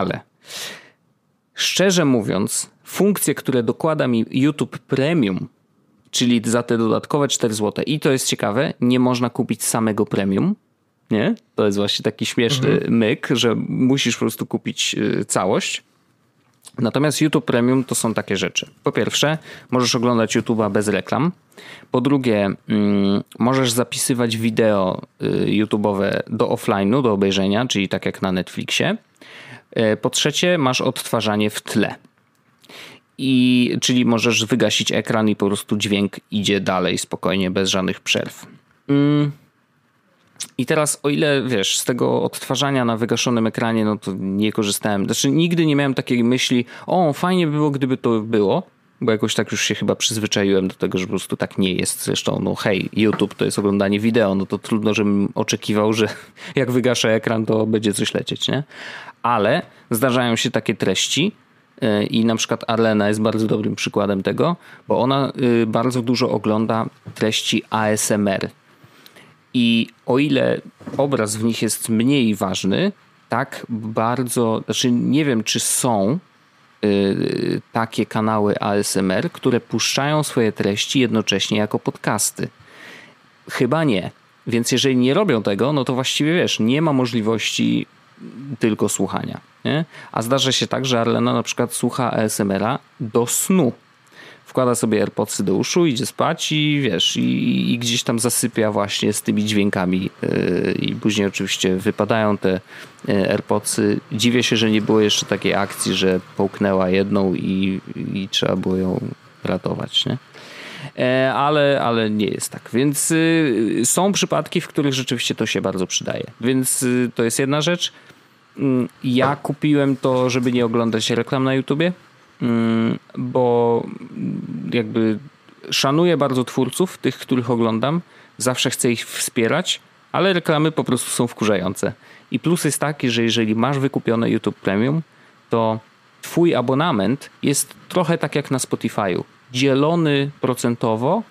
szczerze mówiąc, funkcje, które dokłada mi YouTube Premium, czyli za te dodatkowe 4 zł, i to jest ciekawe, nie można kupić samego Premium. Nie? To jest właśnie taki śmieszny myk, że musisz po prostu kupić całość. Natomiast YouTube Premium to są takie rzeczy. Po pierwsze, możesz oglądać YouTube'a bez reklam. Po drugie, możesz zapisywać wideo YouTube'owe do offline'u, do obejrzenia, czyli tak jak na Netflixie. Po trzecie, masz odtwarzanie w tle. Czyli możesz wygasić ekran i po prostu dźwięk idzie dalej spokojnie, bez żadnych przerw. I teraz, o ile wiesz, z tego odtwarzania na wygaszonym ekranie, no to nie korzystałem. Znaczy, nigdy nie miałem takiej myśli, fajnie by było, gdyby to było, bo jakoś tak już się chyba przyzwyczaiłem do tego, że po prostu tak nie jest. Zresztą, no hej, YouTube to jest oglądanie wideo, no to trudno, żebym oczekiwał, że jak wygaszę ekran, to będzie coś lecieć, nie? Ale zdarzają się takie treści i na przykład Arlena jest bardzo dobrym przykładem tego, bo ona bardzo dużo ogląda treści ASMR. I o ile obraz w nich jest mniej ważny, tak bardzo, znaczy nie wiem, czy są takie kanały ASMR, które puszczają swoje treści jednocześnie jako podcasty. Chyba nie. Więc jeżeli nie robią tego, no to właściwie wiesz, nie ma możliwości tylko słuchania. Nie? A zdarza się tak, że Arlena na przykład słucha ASMR-a do snu. Wkłada sobie AirPodsy do uszu, idzie spać i wiesz, i gdzieś tam zasypia właśnie z tymi dźwiękami i później oczywiście wypadają te AirPodsy. Dziwię się, że nie było jeszcze takiej akcji, że połknęła jedną i trzeba było ją ratować, nie? Ale nie jest tak. Więc są przypadki, w których rzeczywiście to się bardzo przydaje. Więc to jest jedna rzecz. Ja kupiłem to, żeby nie oglądać reklam na YouTubie, bo jakby szanuję bardzo twórców, tych, których oglądam. Zawsze chcę ich wspierać, ale reklamy po prostu są wkurzające. I plus jest taki, że jeżeli masz wykupione YouTube Premium, to twój abonament jest trochę tak jak na Spotify'u. Dzielony procentowo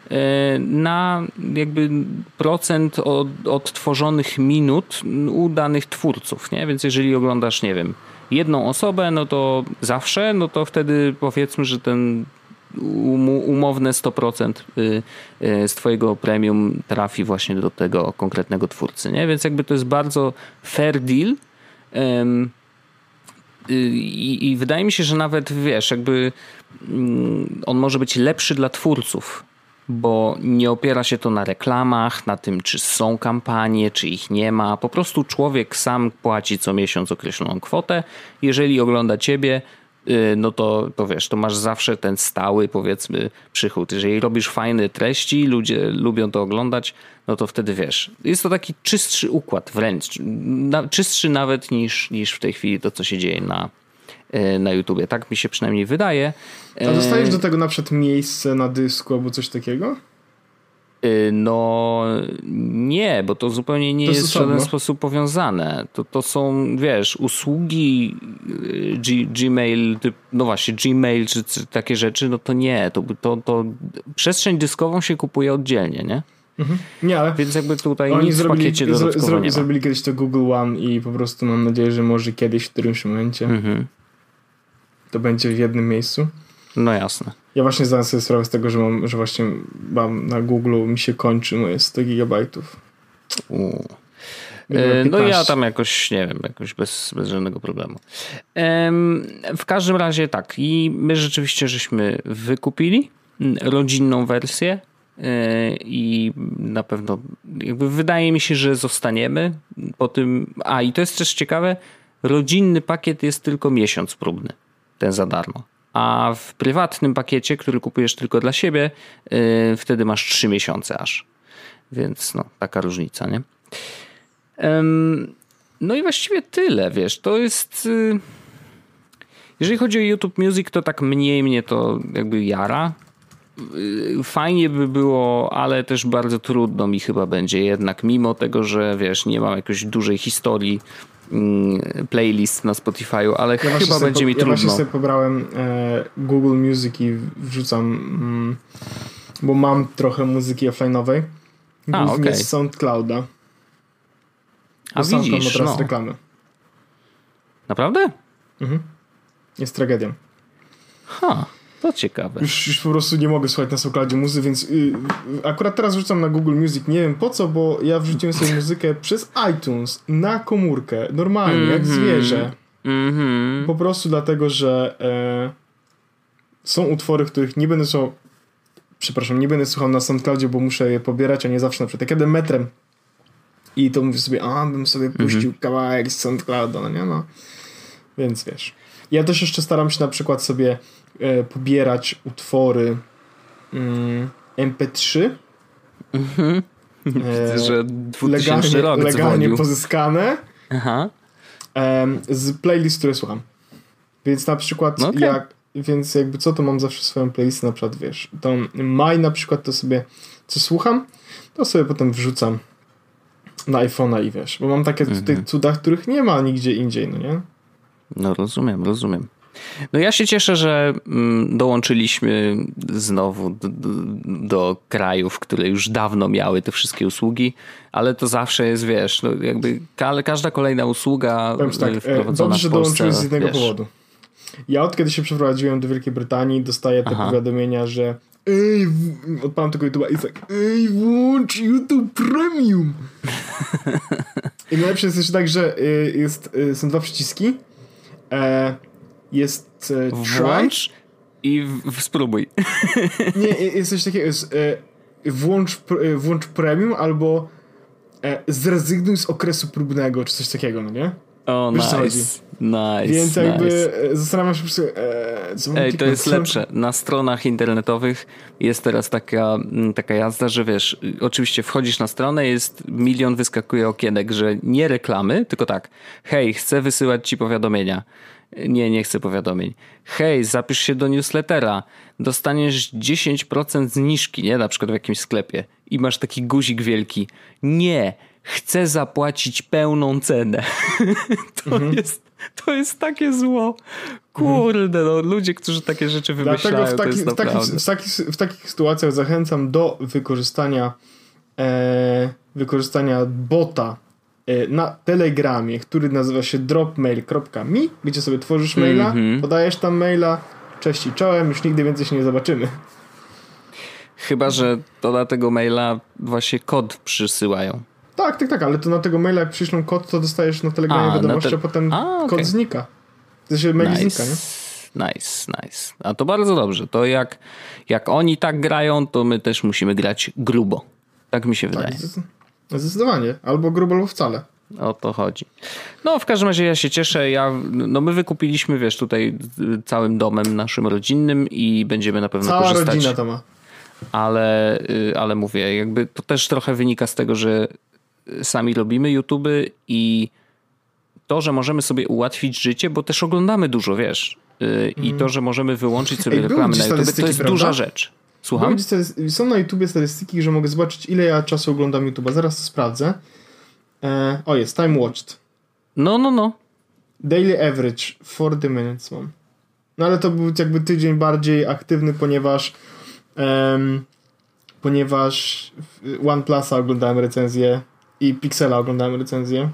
na jakby procent odtworzonych minut u danych twórców, nie? Więc jeżeli oglądasz, nie wiem, jedną osobę, no to zawsze, no to wtedy powiedzmy, że ten umowne 100% z twojego premium trafi właśnie do tego konkretnego twórcy, nie? Więc jakby to jest bardzo fair deal. I wydaje mi się, że nawet wiesz, jakby on może być lepszy dla twórców, bo nie opiera się to na reklamach, na tym, czy są kampanie, czy ich nie ma. Po prostu człowiek sam płaci co miesiąc określoną kwotę. Jeżeli ogląda ciebie, no to wiesz, to masz zawsze ten stały, powiedzmy, przychód. Jeżeli robisz fajne treści, ludzie lubią to oglądać, no to wtedy wiesz. Jest to taki czystszy układ wręcz. Czystszy nawet niż w tej chwili to, co się dzieje na YouTubie. Tak mi się przynajmniej wydaje. A dostajesz do tego na przykład miejsce na dysku albo coś takiego? No nie, bo to zupełnie nie jest w żaden sposób powiązane. To są, wiesz, usługi Gmail, no właśnie Gmail czy takie rzeczy, no to nie. To przestrzeń dyskową się kupuje oddzielnie, nie? Mhm. Nie, ale więc jakby tutaj nic w pakiecie dodatkowo nie ma. Zrobili kiedyś to Google One i po prostu mam nadzieję, że może kiedyś w którymś momencie to będzie w jednym miejscu. No jasne. Ja właśnie zdałem sobie sprawę z tego, że właśnie mam na Google mi się kończy moje 100 gigabajtów. No ja tam jakoś, nie wiem, jakoś bez żadnego problemu. W każdym razie tak. I my rzeczywiście żeśmy wykupili rodzinną wersję i na pewno jakby wydaje mi się, że zostaniemy po tym. I to jest też ciekawe, rodzinny pakiet jest tylko miesiąc próbny, ten za darmo. A w prywatnym pakiecie, który kupujesz tylko dla siebie, wtedy masz 3 miesiące aż. Więc no, taka różnica, nie? No i właściwie tyle, wiesz, to jest... Jeżeli chodzi o YouTube Music, to tak mniej mnie to jakby jara. Fajnie by było, ale też bardzo trudno mi chyba będzie jednak, mimo tego, że wiesz, nie mam jakiejś dużej historii playlist na Spotify'u, ale chyba będzie mi trudno. Ja właśnie sobie pobrałem Google Music i wrzucam, bo mam trochę muzyki offline'owej. Głównie z SoundClouda. A widzisz, ma teraz reklamy. Naprawdę? Mhm. Jest tragedią. To ciekawe. Już po prostu nie mogę słuchać na SoundCloudzie muzy, więc akurat teraz wrzucam na Google Music. Nie wiem po co, bo ja wrzuciłem sobie muzykę przez iTunes na komórkę. Normalnie, jak zwierzę. Po prostu dlatego, że są utwory, których nie będę słuchał. Przepraszam, nie będę słuchał na SoundCloudzie, bo muszę je pobierać, a nie zawsze na przykład. Jak jadę metrem i to mówię sobie, bym sobie puścił kawałek z SoundClouda, no nie no. Więc wiesz. Ja też jeszcze staram się na przykład sobie pobierać utwory MP3. Widzę, że 2000 rok legalnie pozyskane z playlist, które słucham. Więc na przykład więc jakby co, to mam zawsze swoją playlistę, na przykład wiesz, to maj na przykład to sobie co słucham, to sobie potem wrzucam na iPhone'a i wiesz, bo mam takie tutaj cuda, których nie ma nigdzie indziej, no nie? No rozumiem. No ja się cieszę, że dołączyliśmy znowu do krajów, które już dawno miały te wszystkie usługi, ale to zawsze jest, wiesz, no jakby każda kolejna usługa wprowadzona dobrze, że w Polsce, dołączyłeś z jednego powodu. Ja od kiedy się przeprowadziłem do Wielkiej Brytanii, dostaję te powiadomienia, że odpalam tego YouTube'a i tak, włącz YouTube Premium. I najlepsze jest jeszcze tak, że są dwa przyciski. Jest włącz i spróbuj. Nie, jest coś takiego, jest włącz premium albo zrezygnuj z okresu próbnego, czy coś takiego, no nie? Nice. Więc jakby zastanawiam się po prostu, to jest lepsze. Na stronach internetowych jest teraz taka jazda, że wiesz, oczywiście wchodzisz na stronę, jest milion wyskakuje okienek, że nie reklamy, tylko tak, hej, chcę wysyłać ci powiadomienia. Nie chcę powiadomień. Hej, zapisz się do newslettera. Dostaniesz 10% zniżki, nie? Na przykład w jakimś sklepie. I masz taki guzik wielki. Nie, chcę zapłacić pełną cenę. To jest takie zło. Kurde, no ludzie, którzy takie rzeczy wymyślają, w takich sytuacjach zachęcam do wykorzystania bota na Telegramie, który nazywa się dropmail.me, gdzie sobie tworzysz maila, podajesz tam maila, cześć i czołem, już nigdy więcej się nie zobaczymy. Chyba że to na tego maila właśnie kod przysyłają. Tak, ale to na tego maila jak przyślą kod, to dostajesz na Telegramie wiadomość, a potem kod znika. To się mail znika, nie? Nice. A to bardzo dobrze. To jak oni tak grają, to my też musimy grać grubo. Tak mi się wydaje. Zdecydowanie. Albo grubo, albo wcale. O to chodzi. No w każdym razie ja się cieszę. My wykupiliśmy, wiesz, tutaj całym domem naszym rodzinnym i będziemy na pewno korzystać. Cała rodzina to ma. Ale mówię, jakby to też trochę wynika z tego, że sami robimy YouTube i to, że możemy sobie ułatwić życie, bo też oglądamy dużo, wiesz. I to, że możemy wyłączyć sobie reklamy na YouTube, to jest duża rzecz. Słucham? Są na YouTubie statystyki, że mogę zobaczyć, ile ja czasu oglądam YouTube'a. Zaraz to sprawdzę. Jest Time Watched. No. Daily average 40 minutes mam. No ale to był jakby tydzień bardziej aktywny, ponieważ OnePlusa oglądałem recenzję i Pixela oglądałem recenzję.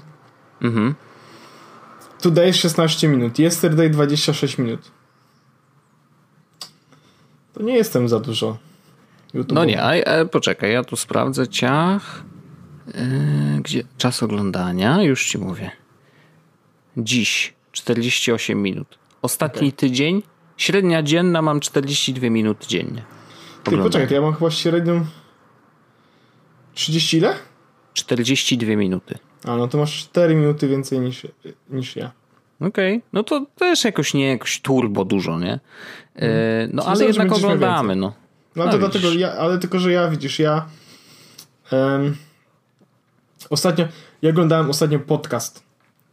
Today 16 minut, yesterday 26 minut. To nie jestem za dużo YouTube'owy. No nie, poczekaj, ja tu sprawdzę ciach. Gdzie czas oglądania? Już ci mówię. Dziś 48 minut. Ostatni tydzień, średnia dzienna mam 42 minuty dziennie. Poczekaj, to ja mam chyba średnią 30 ile? 42 minuty. No to masz 4 minuty więcej niż ja. Okej, no to też jakoś turbo dużo, nie? No ale jednak oglądamy, no. No to dlatego, ale tylko, że ja ostatnio oglądałem podcast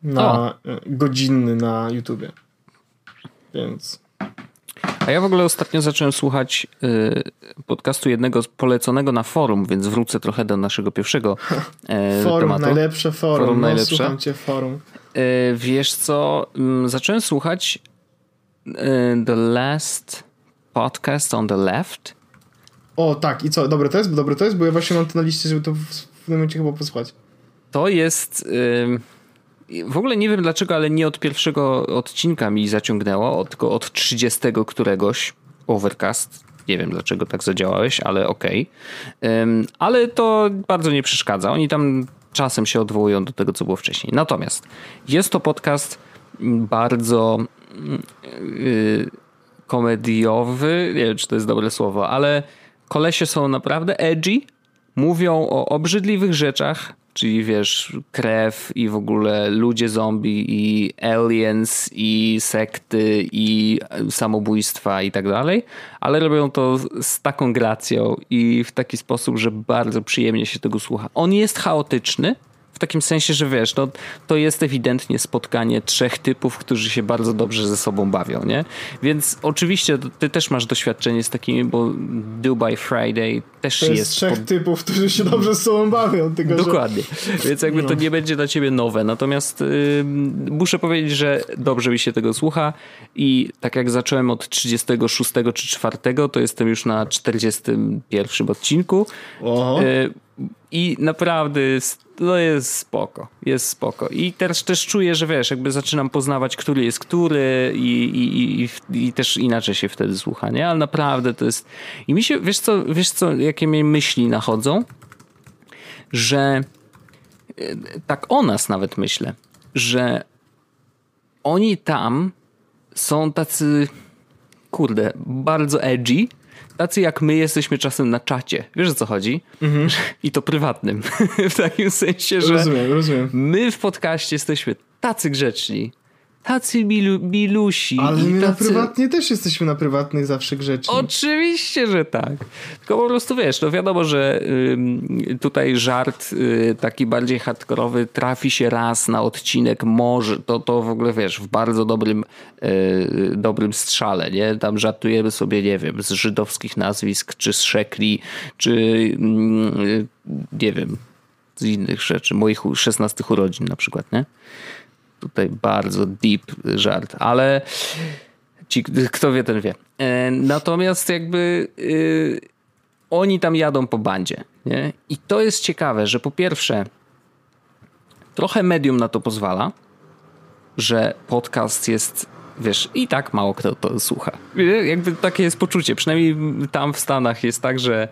godzinny na YouTubie. Więc... A ja w ogóle ostatnio zacząłem słuchać podcastu jednego poleconego na forum, więc wrócę trochę do naszego pierwszego forum, tematu. Najlepsze forum. Forum najlepsze. Słucham cię, forum. Wiesz co, zacząłem słuchać The Last Podcast on the Left. O tak, i co? Dobre to jest? Dobre to jest? Bo ja właśnie mam to na liście, żeby to w tym momencie chyba posłuchać. To jest... W ogóle nie wiem dlaczego, ale nie od pierwszego odcinka mi zaciągnęło, tylko od 30 któregoś Overcast. Nie wiem dlaczego tak zadziałałeś, ale okej. Ale to bardzo nie przeszkadza. Oni tam czasem się odwołują do tego, co było wcześniej. Natomiast jest to podcast bardzo komediowy. Nie wiem, czy to jest dobre słowo, ale kolesie są naprawdę edgy. Mówią o obrzydliwych rzeczach, czyli wiesz, krew i w ogóle ludzie zombie i aliens i sekty i samobójstwa i tak dalej, ale robią to z taką gracją i w taki sposób, że bardzo przyjemnie się tego słucha. On jest chaotyczny, w takim sensie, że wiesz, no, to jest ewidentnie spotkanie trzech typów, którzy się bardzo dobrze ze sobą bawią, nie? Więc oczywiście ty też masz doświadczenie z takimi, bo Dubai Friday też to jest trzech typów, którzy się dobrze ze sobą bawią. Tylko dokładnie. Więc jakby to nie będzie dla ciebie nowe. Natomiast muszę powiedzieć, że dobrze mi się tego słucha i tak jak zacząłem od 36 czy 4, to jestem już na 41 odcinku. I naprawdę jest spoko. Jest spoko. I też czuję, że wiesz, jakby zaczynam poznawać, który jest który i też inaczej się wtedy słucha, nie? Ale naprawdę to jest... I mi się, wiesz co, jakie mi myśli nachodzą? Że tak o nas nawet myślę, że oni tam są tacy, kurde, bardzo edgy, tacy jak my jesteśmy czasem na czacie. Wiesz, o co chodzi? Mhm. I to prywatnym. W takim sensie, że rozumiem. My w podcaście jesteśmy tacy grzeczni, tacy milusi. Ale my na prywatnie też jesteśmy na prywatnych zawsze grzeczni. Oczywiście, że tak. Tylko po prostu wiesz, no wiadomo, że tutaj żart taki bardziej hardkorowy trafi się raz na odcinek, może to w ogóle wiesz, w bardzo dobrym strzale, nie? Tam żartujemy sobie, nie wiem, z żydowskich nazwisk, czy z szekli, czy nie wiem, z innych rzeczy, moich 16 urodzin na przykład, nie? Tutaj bardzo deep żart, ale kto wie, ten wie. Natomiast jakby oni tam jadą po bandzie, nie? I to jest ciekawe, że po pierwsze trochę medium na to pozwala, że podcast jest, wiesz, i tak mało kto to słucha. Jakby takie jest poczucie, przynajmniej tam w Stanach jest tak, że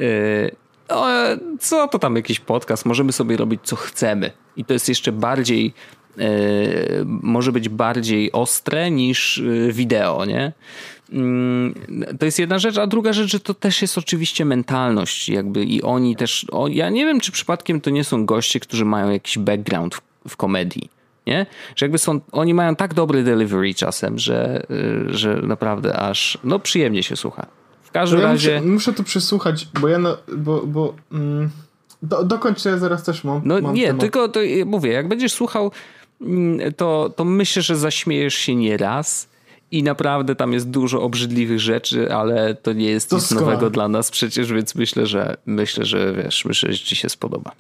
co to tam jakiś podcast, możemy sobie robić co chcemy. I to jest jeszcze bardziej może być bardziej ostre niż wideo, nie? To jest jedna rzecz, a druga rzecz, że to też jest oczywiście mentalność jakby i oni też, ja nie wiem, czy przypadkiem to nie są goście, którzy mają jakiś background w komedii, nie? Że jakby oni mają tak dobry delivery czasem, że naprawdę aż, no przyjemnie się słucha. W każdym razie... Muszę to przesłuchać, bo ja dokończ, ja zaraz też mam. No mam nie, temat. tylko to mówię, jak będziesz słuchał, to myślę, że zaśmiejesz się nieraz i naprawdę tam jest dużo obrzydliwych rzeczy, ale to nie jest nic nowego dla nas przecież, więc myślę, że wiesz, że ci się spodoba.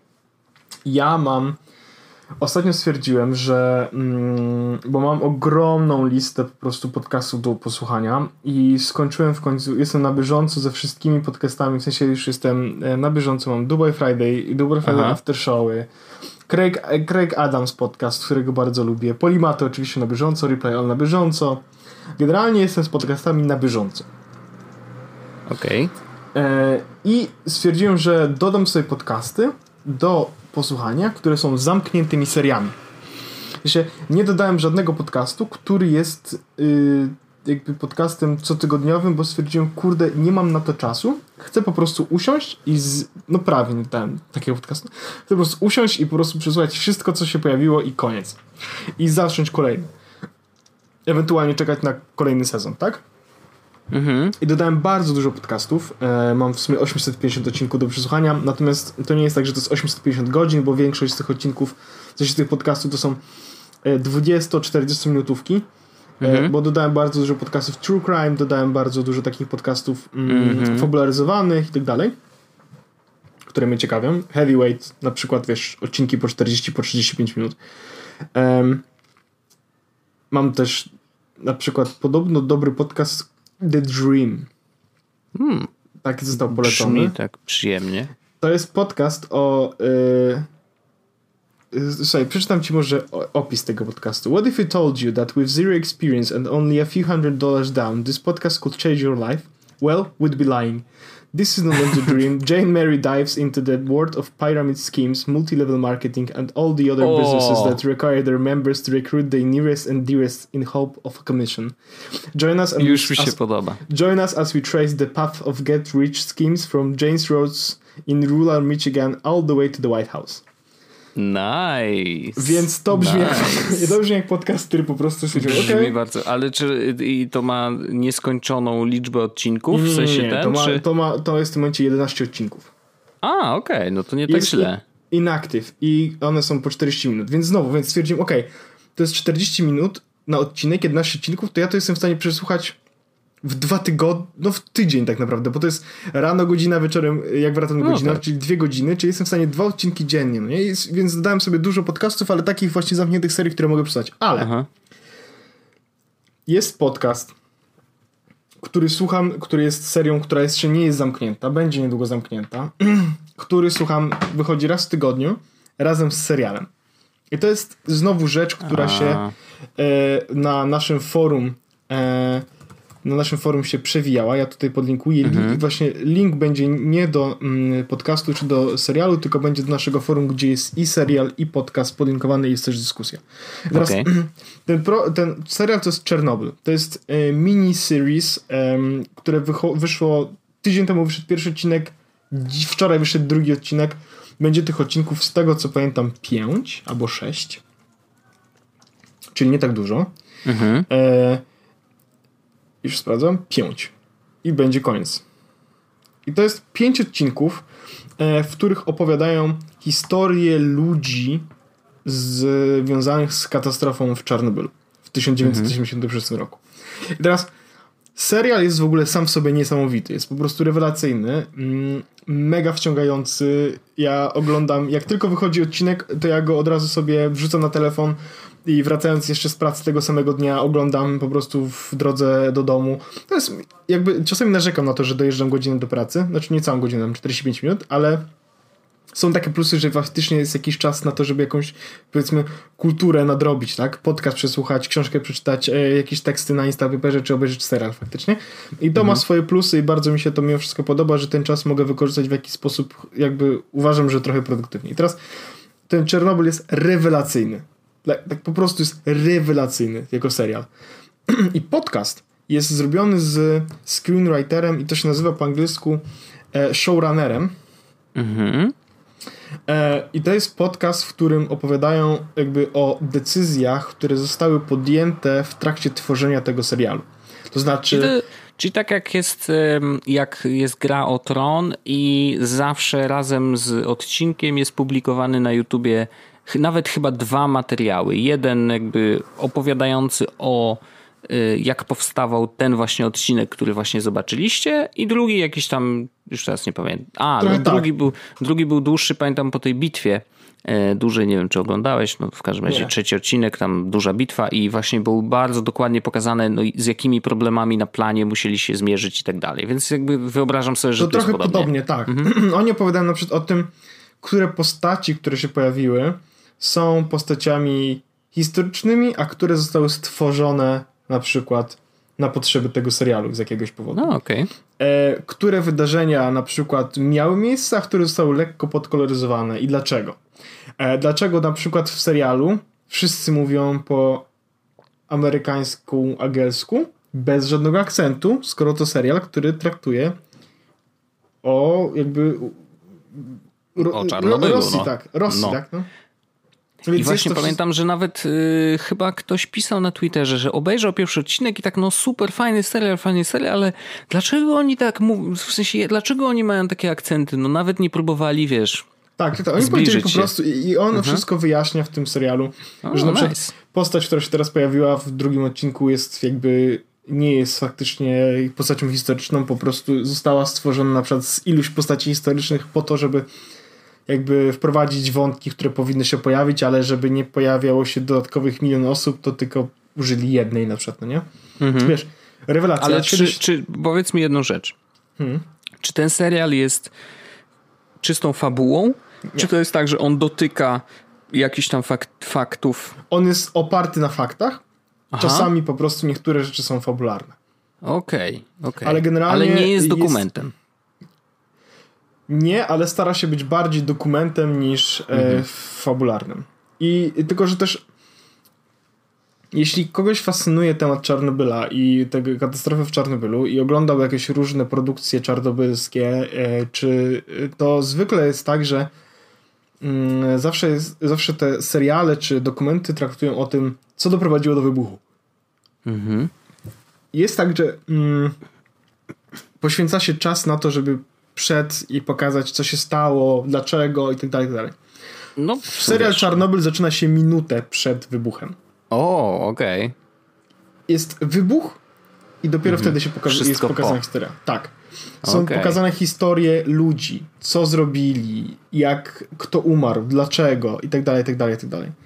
Ostatnio stwierdziłem, że bo mam ogromną listę po prostu podcastów do posłuchania i skończyłem w końcu, jestem na bieżąco ze wszystkimi podcastami, w sensie już jestem na bieżąco, mam Dubai Friday After Showy, Craig Adams podcast, którego bardzo lubię, Polimaty oczywiście na bieżąco, Reply All na bieżąco, generalnie jestem z podcastami na bieżąco. Okej. I stwierdziłem, że dodam sobie podcasty do posłuchania, które są zamkniętymi seriami. Nie dodałem żadnego podcastu, który jest jakby podcastem cotygodniowym, bo stwierdziłem, kurde, nie mam na to czasu. Chcę po prostu usiąść i prawie nie dałem takiego podcastu. Chcę po prostu usiąść i po prostu przesłuchać wszystko, co się pojawiło i koniec. I zacząć kolejny. Ewentualnie czekać na kolejny sezon, tak? Mhm. I dodałem bardzo dużo podcastów. Mam w sumie 850 odcinków do przesłuchania, natomiast to nie jest tak, że to jest 850 godzin, bo większość z tych odcinków, coś z tych podcastów to są 20-40 minutówki, bo dodałem bardzo dużo podcastów True Crime, dodałem bardzo dużo takich podcastów fabularyzowanych i tak dalej, które mnie ciekawią. Heavyweight, na przykład, wiesz, odcinki po 40, po 35 minut. Mam też na przykład podobno dobry podcast The Dream. Tak został polecony. Brzmi tak przyjemnie. To jest podcast o... Słuchaj, przeczytam ci może opis tego podcastu. What if I told you that with zero experience and only a few $100 down, this podcast could change your life? Well, we'd be lying. This is not a dream. Jane Mary dives into the world of pyramid schemes, multi-level marketing, and all the other businesses that require their members to recruit their nearest and dearest in hope of a commission. Join us Już mi się podoba. Join us as we trace the path of get-rich schemes from Jane's Roads in rural Michigan all the way to the White House. Nice. Więc to brzmi, to brzmi jak podcast, który po prostu się brzmi bardzo, ale czy to ma nieskończoną liczbę odcinków? W sensie nie, to jest w tym momencie 11 odcinków. Okej, no to nie tak źle. Inactive i one są po 40 minut, więc stwierdziłem, to jest 40 minut na odcinek, 11 odcinków, to ja to jestem w stanie przesłuchać w 2 tygodnie, w tydzień tak naprawdę, bo to jest rano godzina, wieczorem jak wracam godzina, czyli 2 godziny, czyli jestem w stanie 2 odcinki dziennie, no nie? Więc dodałem sobie dużo podcastów, ale takich właśnie zamkniętych serii, które mogę przesłuchać. Ale jest podcast, który słucham, który jest serią, która jeszcze nie jest zamknięta, będzie niedługo zamknięta, który słucham, wychodzi raz w tygodniu, razem z serialem. I to jest znowu rzecz, która się na naszym forum się przewijała. Ja tutaj podlinkuję link i właśnie link będzie nie do podcastu czy do serialu, tylko będzie do naszego forum, gdzie jest i serial, i podcast podlinkowany i jest też dyskusja. Teraz ten serial to jest Czernobyl. To jest mini-series, które wyszło tydzień temu, wyszedł pierwszy odcinek, wczoraj wyszedł drugi odcinek. Będzie tych odcinków, z tego co pamiętam, 5 albo 6. Czyli nie tak dużo. Już sprawdzam. 5. I będzie koniec. I to jest 5 odcinków, w których opowiadają historię ludzi związanych z katastrofą w Czarnobylu w 1986 roku. I teraz serial jest w ogóle sam w sobie niesamowity. Jest po prostu rewelacyjny. Mega wciągający. Ja oglądam, jak tylko wychodzi odcinek, to ja go od razu sobie wrzucam na telefon i wracając jeszcze z pracy tego samego dnia oglądam po prostu w drodze do domu. To jest jakby, czasami narzekam na to, że dojeżdżam godzinę do pracy. Znaczy nie całą godzinę, 45 minut, ale są takie plusy, że faktycznie jest jakiś czas na to, żeby jakąś, powiedzmy, kulturę nadrobić, tak? Podcast przesłuchać, książkę przeczytać, jakieś teksty na Instapaperze, czy obejrzeć serial faktycznie. I to ma swoje plusy i bardzo mi się to mimo wszystko podoba, że ten czas mogę wykorzystać w jakiś sposób, jakby uważam, że trochę produktywnie. I teraz ten Czernobyl jest rewelacyjny. Tak po prostu jest rewelacyjny jako serial. I podcast jest zrobiony z screenwriterem i to się nazywa po angielsku showrunnerem. I to jest podcast, w którym opowiadają jakby o decyzjach, które zostały podjęte w trakcie tworzenia tego serialu. To znaczy... Czyli tak jak jest Gra o Tron i zawsze razem z odcinkiem jest publikowany na YouTubie nawet chyba 2 materiały. Jeden jakby opowiadający o jak powstawał ten właśnie odcinek, który właśnie zobaczyliście, i drugi jakiś tam, już teraz nie pamiętam. Drugi był dłuższy, pamiętam, po tej bitwie dłużej, nie wiem czy oglądałeś, no w każdym razie trzeci odcinek, tam duża bitwa i właśnie był bardzo dokładnie pokazane, no, z jakimi problemami na planie musieli się zmierzyć i tak dalej, więc jakby wyobrażam sobie, że to trochę jest podobnie, tak. Oni opowiadają na przykład o tym, które postaci, które się pojawiły, są postaciami historycznymi, a które zostały stworzone na przykład na potrzeby tego serialu z jakiegoś powodu. Które wydarzenia na przykład miały miejsce, a które zostały lekko podkoloryzowane i dlaczego. Dlaczego na przykład w serialu wszyscy mówią po amerykańsku, angielsku, bez żadnego akcentu, skoro to serial, który traktuje o jakby o Czarnobylu, Rosji, tak. Rosji, tak, no. Więc i właśnie pamiętam, że nawet chyba ktoś pisał na Twitterze, że obejrzał pierwszy odcinek i tak, no super, fajny serial, ale dlaczego oni tak mówią, w sensie, dlaczego oni mają takie akcenty? No nawet nie próbowali, wiesz, Tak, oni powiedzieli po prostu i on wszystko wyjaśnia w tym serialu, że na przykład postać, która się teraz pojawiła w drugim odcinku jest jakby nie jest faktycznie postacią historyczną, po prostu została stworzona na przykład z iluś postaci historycznych po to, żeby jakby wprowadzić wątki, które powinny się pojawić, ale żeby nie pojawiało się dodatkowych 1 000 000 osób, to tylko użyli jednej na przykład, no nie? Wiesz, rewelacja. Ale czy powiedz mi jedną rzecz. Czy ten serial jest czystą fabułą? Nie. Czy to jest tak, że on dotyka jakichś tam faktów? On jest oparty na faktach. Czasami po prostu niektóre rzeczy są fabularne. Okej. Ale generalnie ale nie jest dokumentem. Nie, ale stara się być bardziej dokumentem niż fabularnym. I tylko, że też jeśli kogoś fascynuje temat Czarnobyla i tego katastrofy w Czarnobylu i oglądał jakieś różne produkcje czarnobylskie, to zwykle jest tak, że zawsze te seriale czy dokumenty traktują o tym, co doprowadziło do wybuchu. Jest tak, że poświęca się czas na to, żeby i pokazać, co się stało, dlaczego i tak dalej, No, serial Czarnobyl zaczyna się minutę przed wybuchem. Okej. Jest wybuch i dopiero wtedy się jest pokazana historia. Tak. Są pokazane historie ludzi, co zrobili, kto umarł, dlaczego i tak dalej, i tak dalej, i tak dalej.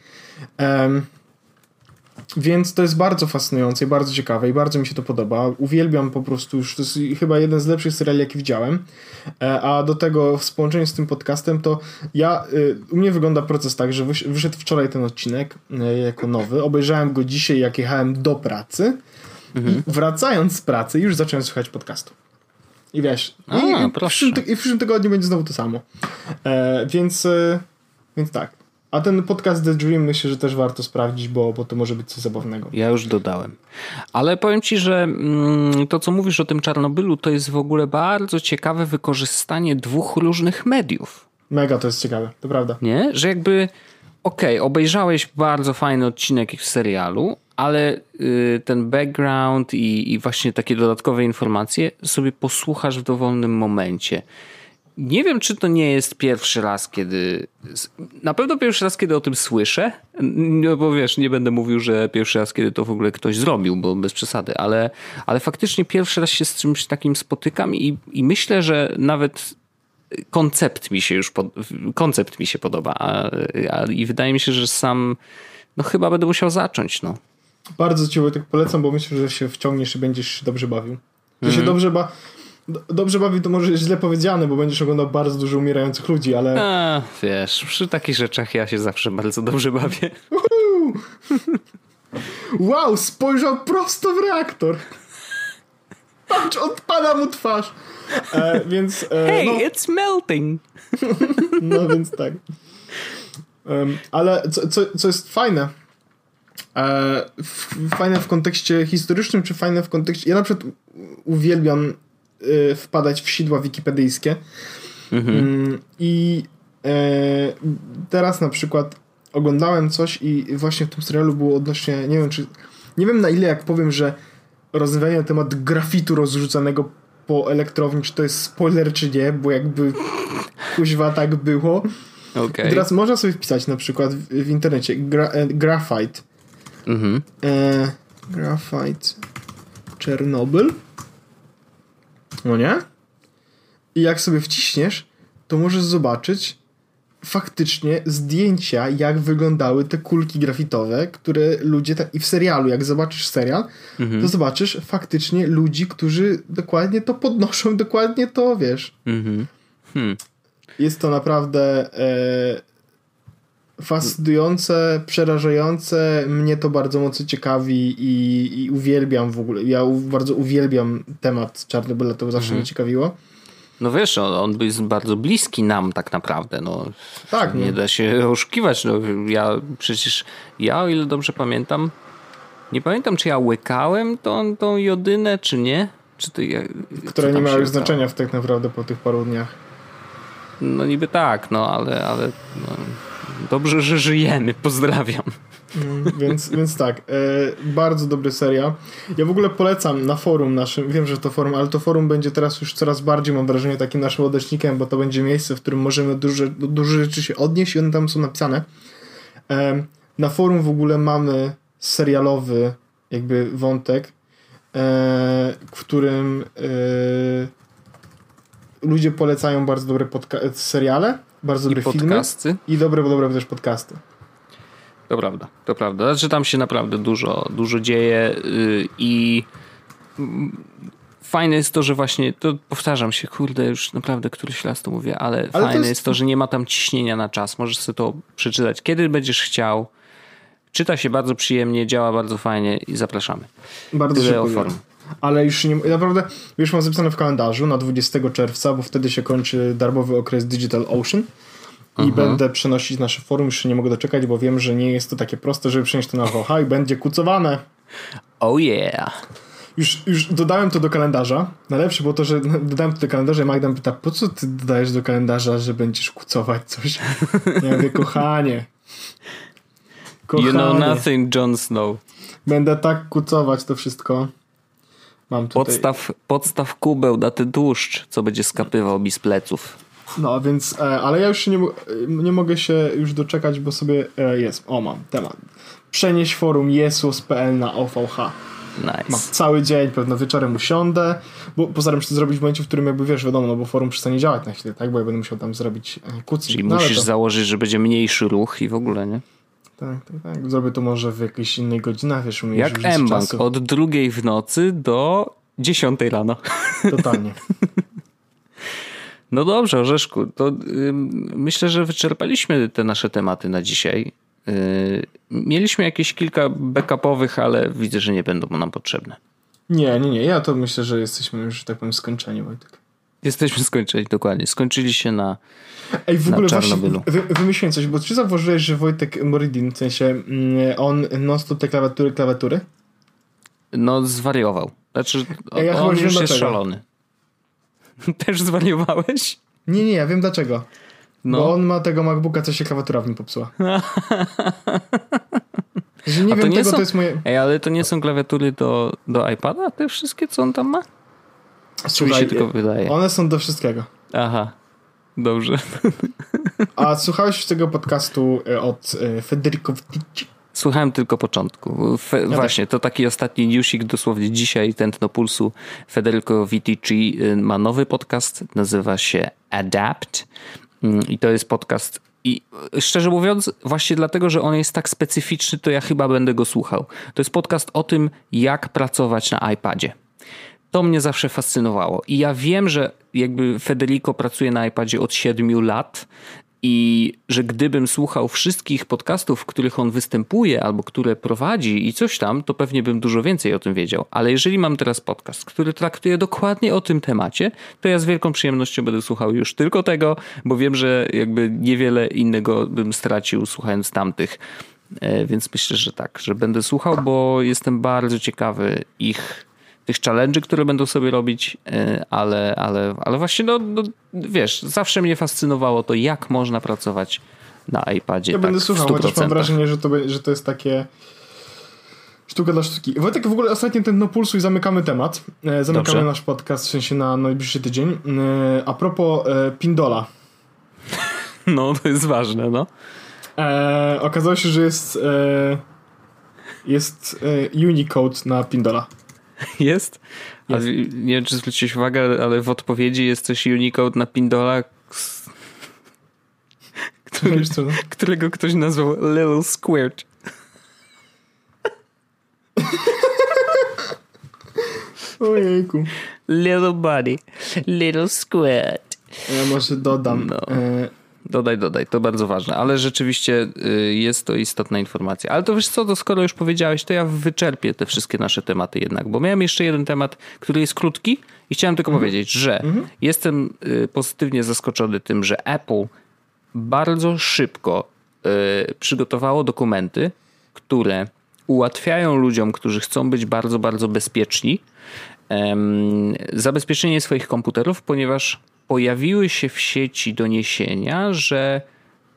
Więc to jest bardzo fascynujące i bardzo ciekawe i bardzo mi się to podoba. Uwielbiam po prostu już, to jest chyba jeden z lepszych seriali, jaki widziałem. A do tego w połączeniu z tym podcastem to u mnie wygląda proces tak, że wyszedł wczoraj ten odcinek jako nowy. Obejrzałem go dzisiaj, jak jechałem do pracy i wracając z pracy już zacząłem słuchać podcastu. I wiesz, w przyszłym tygodniu będzie znowu to samo. Więc tak. A ten podcast The Dream myślę, że też warto sprawdzić, bo to może być coś zabawnego. Ja już dodałem. Ale powiem ci, że to, co mówisz o tym Czarnobylu, to jest w ogóle bardzo ciekawe wykorzystanie 2 różnych mediów. Mega to jest ciekawe, to prawda. Nie? Że jakby obejrzałeś bardzo fajny odcinek w serialu, ale ten background i właśnie takie dodatkowe informacje sobie posłuchasz w dowolnym momencie. Nie wiem, czy to nie jest pierwszy raz, na pewno pierwszy raz, kiedy o tym słyszę, no bo wiesz, nie będę mówił, że pierwszy raz, kiedy to w ogóle ktoś zrobił, bo bez przesady, ale faktycznie pierwszy raz się z czymś takim spotykam i myślę, że nawet koncept mi się podoba i wydaje mi się, że sam chyba będę musiał zacząć. Bardzo ci tak polecam, bo myślę, że się wciągniesz i będziesz się dobrze bawił. Że się dobrze bawi to może źle powiedziane, bo będziesz oglądał bardzo dużo umierających ludzi, ale... Wiesz, przy takich rzeczach ja się zawsze bardzo dobrze bawię. Wow, spojrzał prosto w reaktor. Patrz, odpada mu twarz. Więc... Hey, it's melting. No więc tak. Ale co jest fajne, fajne w kontekście historycznym, czy fajne w kontekście... Ja na przykład uwielbiam wpadać w sidła wikipedyjskie. I teraz na przykład oglądałem coś i właśnie w tym serialu było odnośnie, nie wiem na ile jak powiem, że rozmawianie na temat grafitu rozrzucanego po elektrowni, czy to jest spoiler, czy nie, bo jakby kuźwa tak było. Okay. I teraz można sobie wpisać na przykład w internecie graphite. Graphite Czernobyl. No nie? I jak sobie wciśniesz, to możesz zobaczyć faktycznie zdjęcia, jak wyglądały te kulki grafitowe, które ludzie... I w serialu, jak zobaczysz serial, to zobaczysz faktycznie ludzi, którzy dokładnie to podnoszą, dokładnie to, wiesz. Jest to naprawdę fascynujące, przerażające. Mnie to bardzo mocno ciekawi i uwielbiam w ogóle. Ja bardzo uwielbiam temat Czarnobyla, to zawsze mnie ciekawiło. No wiesz, on jest bardzo bliski nam tak naprawdę. Tak, nie da się oszukiwać. Ja, o ile dobrze pamiętam, nie pamiętam, czy ja łykałem tą jodynę, czy nie. Która nie miała już znaczenia tak naprawdę po tych paru dniach. No niby tak, ale Dobrze, że żyjemy. Pozdrawiam. Więc tak, bardzo dobry serial. Ja w ogóle polecam na forum naszym, wiem, że to forum, ale to forum będzie teraz już coraz bardziej, mam wrażenie, takim naszym odnośnikiem, bo to będzie miejsce, w którym możemy dużo rzeczy się odnieść i one tam są napisane. Na forum w ogóle mamy serialowy jakby wątek, w którym ludzie polecają bardzo dobre seriale, bardzo dobre filmy i dobre też podcasty. To prawda, to prawda. Znaczy tam się naprawdę dużo dzieje i fajne jest to, że właśnie, to powtarzam się, kurde, już naprawdę któryś raz to mówię, ale fajne jest to, że nie ma tam ciśnienia na czas. Możesz sobie to przeczytać, kiedy będziesz chciał. Czyta się bardzo przyjemnie, działa bardzo fajnie i zapraszamy. Bardzo dziękuję. Ale już nie, naprawdę, już mam zapisane w kalendarzu na 20 czerwca, bo wtedy się kończy darmowy okres Digital Ocean. I będę przenosić nasze forum, już się nie mogę doczekać, bo wiem, że nie jest to takie proste, żeby przenieść to na WH i będzie kucowane. Oh yeah. Już dodałem to do kalendarza. Najlepsze było to, że dodałem to do kalendarza i Magda pyta, po co ty dodajesz do kalendarza, że będziesz kucować coś? Ja mówię, kochanie. You know nothing, Jon Snow. Będę tak kucować to wszystko. Mam tutaj... Podstaw kubeł na ten tłuszcz, co będzie skapywał mi z pleców. No, więc, ale ja już się nie mogę się już doczekać, bo sobie jest. O, mam temat. Przenieść forum jesus.pl na OVH. Nice. Mam cały dzień, pewno wieczorem usiądę, bo postaram się to zrobić w momencie, w którym jakby wiesz, wiadomo, no bo forum przestanie działać na chwilę, tak? Bo ja będę musiał tam zrobić kucing. Czyli musisz założyć, że będzie mniejszy ruch i w ogóle, nie? Tak. Zrobię to może w jakiejś innej godzinach, wiesz, jak mBank, od 2 w nocy do 10 rano. Totalnie. No dobrze, Orzeszku, to myślę, że wyczerpaliśmy te nasze tematy na dzisiaj. Mieliśmy jakieś kilka backupowych, ale widzę, że nie będą nam potrzebne. Nie. Ja to myślę, że jesteśmy już, tak powiem, skończeni, Wojtek. Jesteśmy skończeni, dokładnie. Skończyli się na w ogóle Czarnobylu. Wymyśliłem coś, bo czy zauważyłeś, że Wojtek Moridin, w sensie on non-stop te klawiatury? No zwariował. Znaczy on już jest szalony. Też zwariowałeś? Nie, ja wiem dlaczego. No. Bo on ma tego MacBooka, co się klawiatura w nim popsuła. Że nie wiem tego, to jest moje... Ej, ale to nie są klawiatury do iPada? Te wszystkie, co on tam ma? Słuchaj, się tylko wydaje. One są do wszystkiego. Aha, dobrze. A słuchałeś tego podcastu od Federico Viticci? Słuchałem tylko początku. Właśnie, to taki ostatni newsik, dosłownie dzisiaj, Tętno Pulsu. Federico Viticci ma nowy podcast, nazywa się Adapt i to jest podcast i szczerze mówiąc, właśnie dlatego, że on jest tak specyficzny, to ja chyba będę go słuchał. To jest podcast o tym, jak pracować na iPadzie. To mnie zawsze fascynowało i ja wiem, że jakby Federico pracuje na iPadzie od 7 lat i że gdybym słuchał wszystkich podcastów, w których on występuje albo które prowadzi i coś tam, to pewnie bym dużo więcej o tym wiedział. Ale jeżeli mam teraz podcast, który traktuje dokładnie o tym temacie, to ja z wielką przyjemnością będę słuchał już tylko tego, bo wiem, że jakby niewiele innego bym stracił słuchając tamtych. Więc myślę, że tak, że będę słuchał, bo jestem bardzo ciekawy tych challenge'y, które będą sobie robić, ale właśnie, no wiesz, zawsze mnie fascynowało to, jak można pracować na iPadzie. Ja będę słuchał, chociaż mam wrażenie, że to jest takie sztuka dla sztuki. Wojtek, w ogóle ostatnio ten Pulsu i zamykamy temat. Zamykamy nasz podcast, w sensie na najbliższy tydzień. A propos Pindola. No, to jest ważne, no. Okazało się, że jest Unicode na Pindola. Jest? Nie wiem, czy zwróciłeś uwagę, ale w odpowiedzi jest coś Unicode na Pindola, którego ktoś nazwał Little Squirt. Ojejku. Little body, little squirt. Ja może dodam. No. Dodaj, to bardzo ważne, ale rzeczywiście jest to istotna informacja. Ale to wiesz co, to skoro już powiedziałeś, to ja wyczerpię te wszystkie nasze tematy jednak, bo miałem jeszcze jeden temat, który jest krótki i chciałem tylko powiedzieć, że jestem pozytywnie zaskoczony tym, że Apple bardzo szybko przygotowało dokumenty, które ułatwiają ludziom, którzy chcą być bardzo, bardzo bezpieczni, zabezpieczenie swoich komputerów, ponieważ pojawiły się w sieci doniesienia, że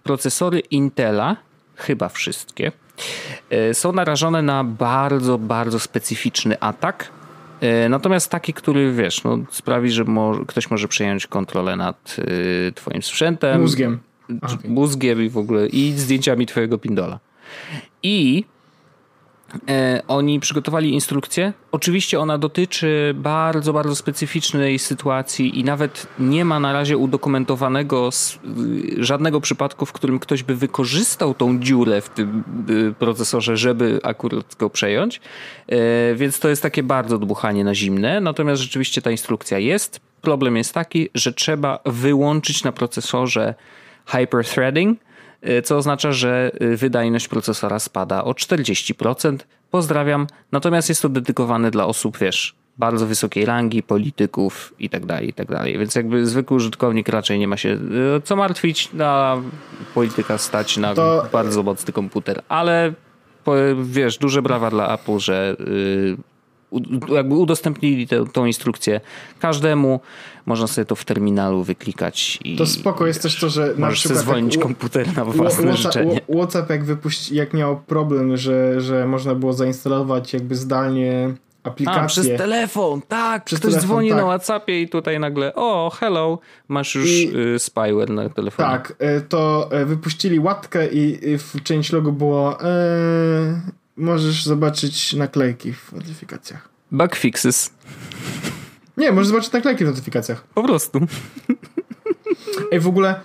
procesory Intela, chyba wszystkie, są narażone na bardzo, bardzo specyficzny atak. Natomiast taki, który wiesz, no, sprawi, że ktoś może przejąć kontrolę nad twoim sprzętem. Mózgiem i w ogóle i zdjęciami twojego pindola. I oni przygotowali instrukcję. Oczywiście ona dotyczy bardzo, bardzo specyficznej sytuacji i nawet nie ma na razie udokumentowanego żadnego przypadku, w którym ktoś by wykorzystał tą dziurę w tym procesorze, żeby akurat go przejąć. Więc to jest takie bardzo dmuchanie na zimne. Natomiast rzeczywiście ta instrukcja jest. Problem jest taki, że trzeba wyłączyć na procesorze hyperthreading, co oznacza, że wydajność procesora spada o 40%. Pozdrawiam. Natomiast jest to dedykowane dla osób, wiesz, bardzo wysokiej rangi, polityków i tak dalej, i tak dalej. Więc jakby zwykły użytkownik raczej nie ma się co martwić, na polityka stać na bardzo mocny komputer. Ale wiesz, duże brawa dla Apple, że jakby udostępnili tą instrukcję każdemu. Można sobie to w terminalu wyklikać. I to spoko jest też to, że na możesz sobie zwolnić komputer na własne życzenie. WhatsApp jak miał problem, że można było zainstalować jakby zdalnie aplikację. Przez telefon, tak. Ktoś dzwoni na WhatsAppie i tutaj nagle hello, masz już spyware na telefonie. Tak, to wypuścili łatkę i w changelogu było możesz zobaczyć naklejki w notyfikacjach. Bug fixes. Nie, możesz zobaczyć naklejki w notyfikacjach. Po prostu. Ej, w ogóle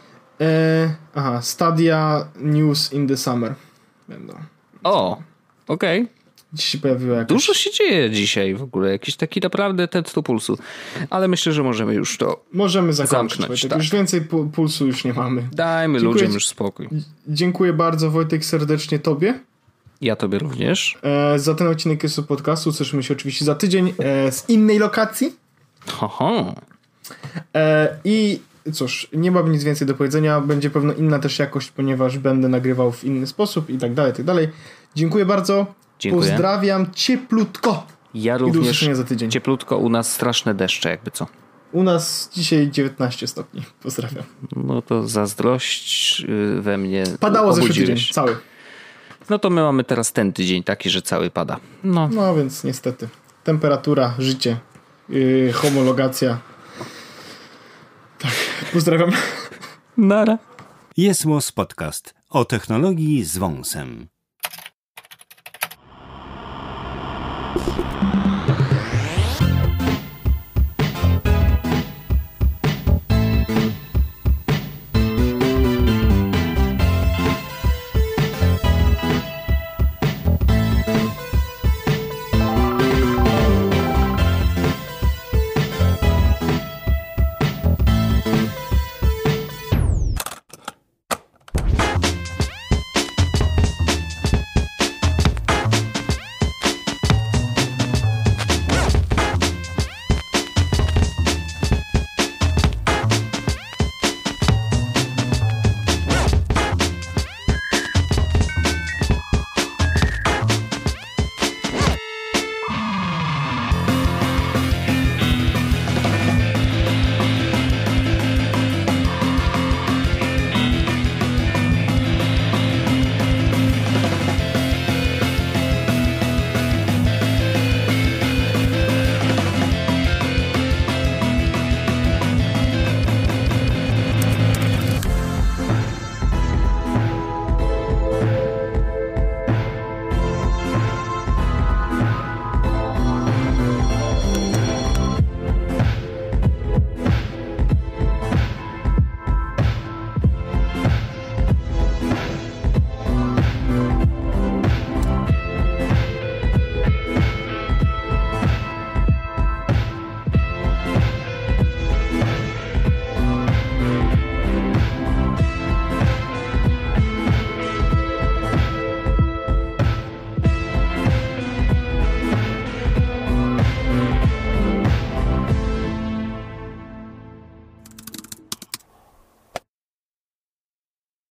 Stadia News in the Summer. Będą. Okej. Dziś się pojawiło jakaś... Dużo się dzieje dzisiaj w ogóle. Jakiś taki naprawdę test do pulsu. Ale myślę, że możemy już to zakończyć. Wojtek. Tak. Już więcej pulsu już nie mamy. Dajmy ludziom już spokój. Dziękuję bardzo, Wojtek, serdecznie tobie. Ja tobie również. Za ten odcinek jest podcastu. Słyszymy się oczywiście za tydzień z innej lokacji. I cóż, nie mam nic więcej do powiedzenia. Będzie pewno inna też jakość, ponieważ będę nagrywał w inny sposób i tak dalej, tak dalej. Dziękuję bardzo. Dziękuję. Pozdrawiam cieplutko. Ja również. I do usłyszenia za tydzień. Cieplutko, u nas straszne deszcze, jakby co. U nas dzisiaj 19 stopni. Pozdrawiam. No to zazdrość we mnie. Padało zeszły tydzień, cały. No to my mamy teraz ten tydzień taki, że cały pada. No więc niestety. Temperatura, życie, homologacja. Tak, pozdrawiam. Nara. Jest Podcast o technologii z wąsem.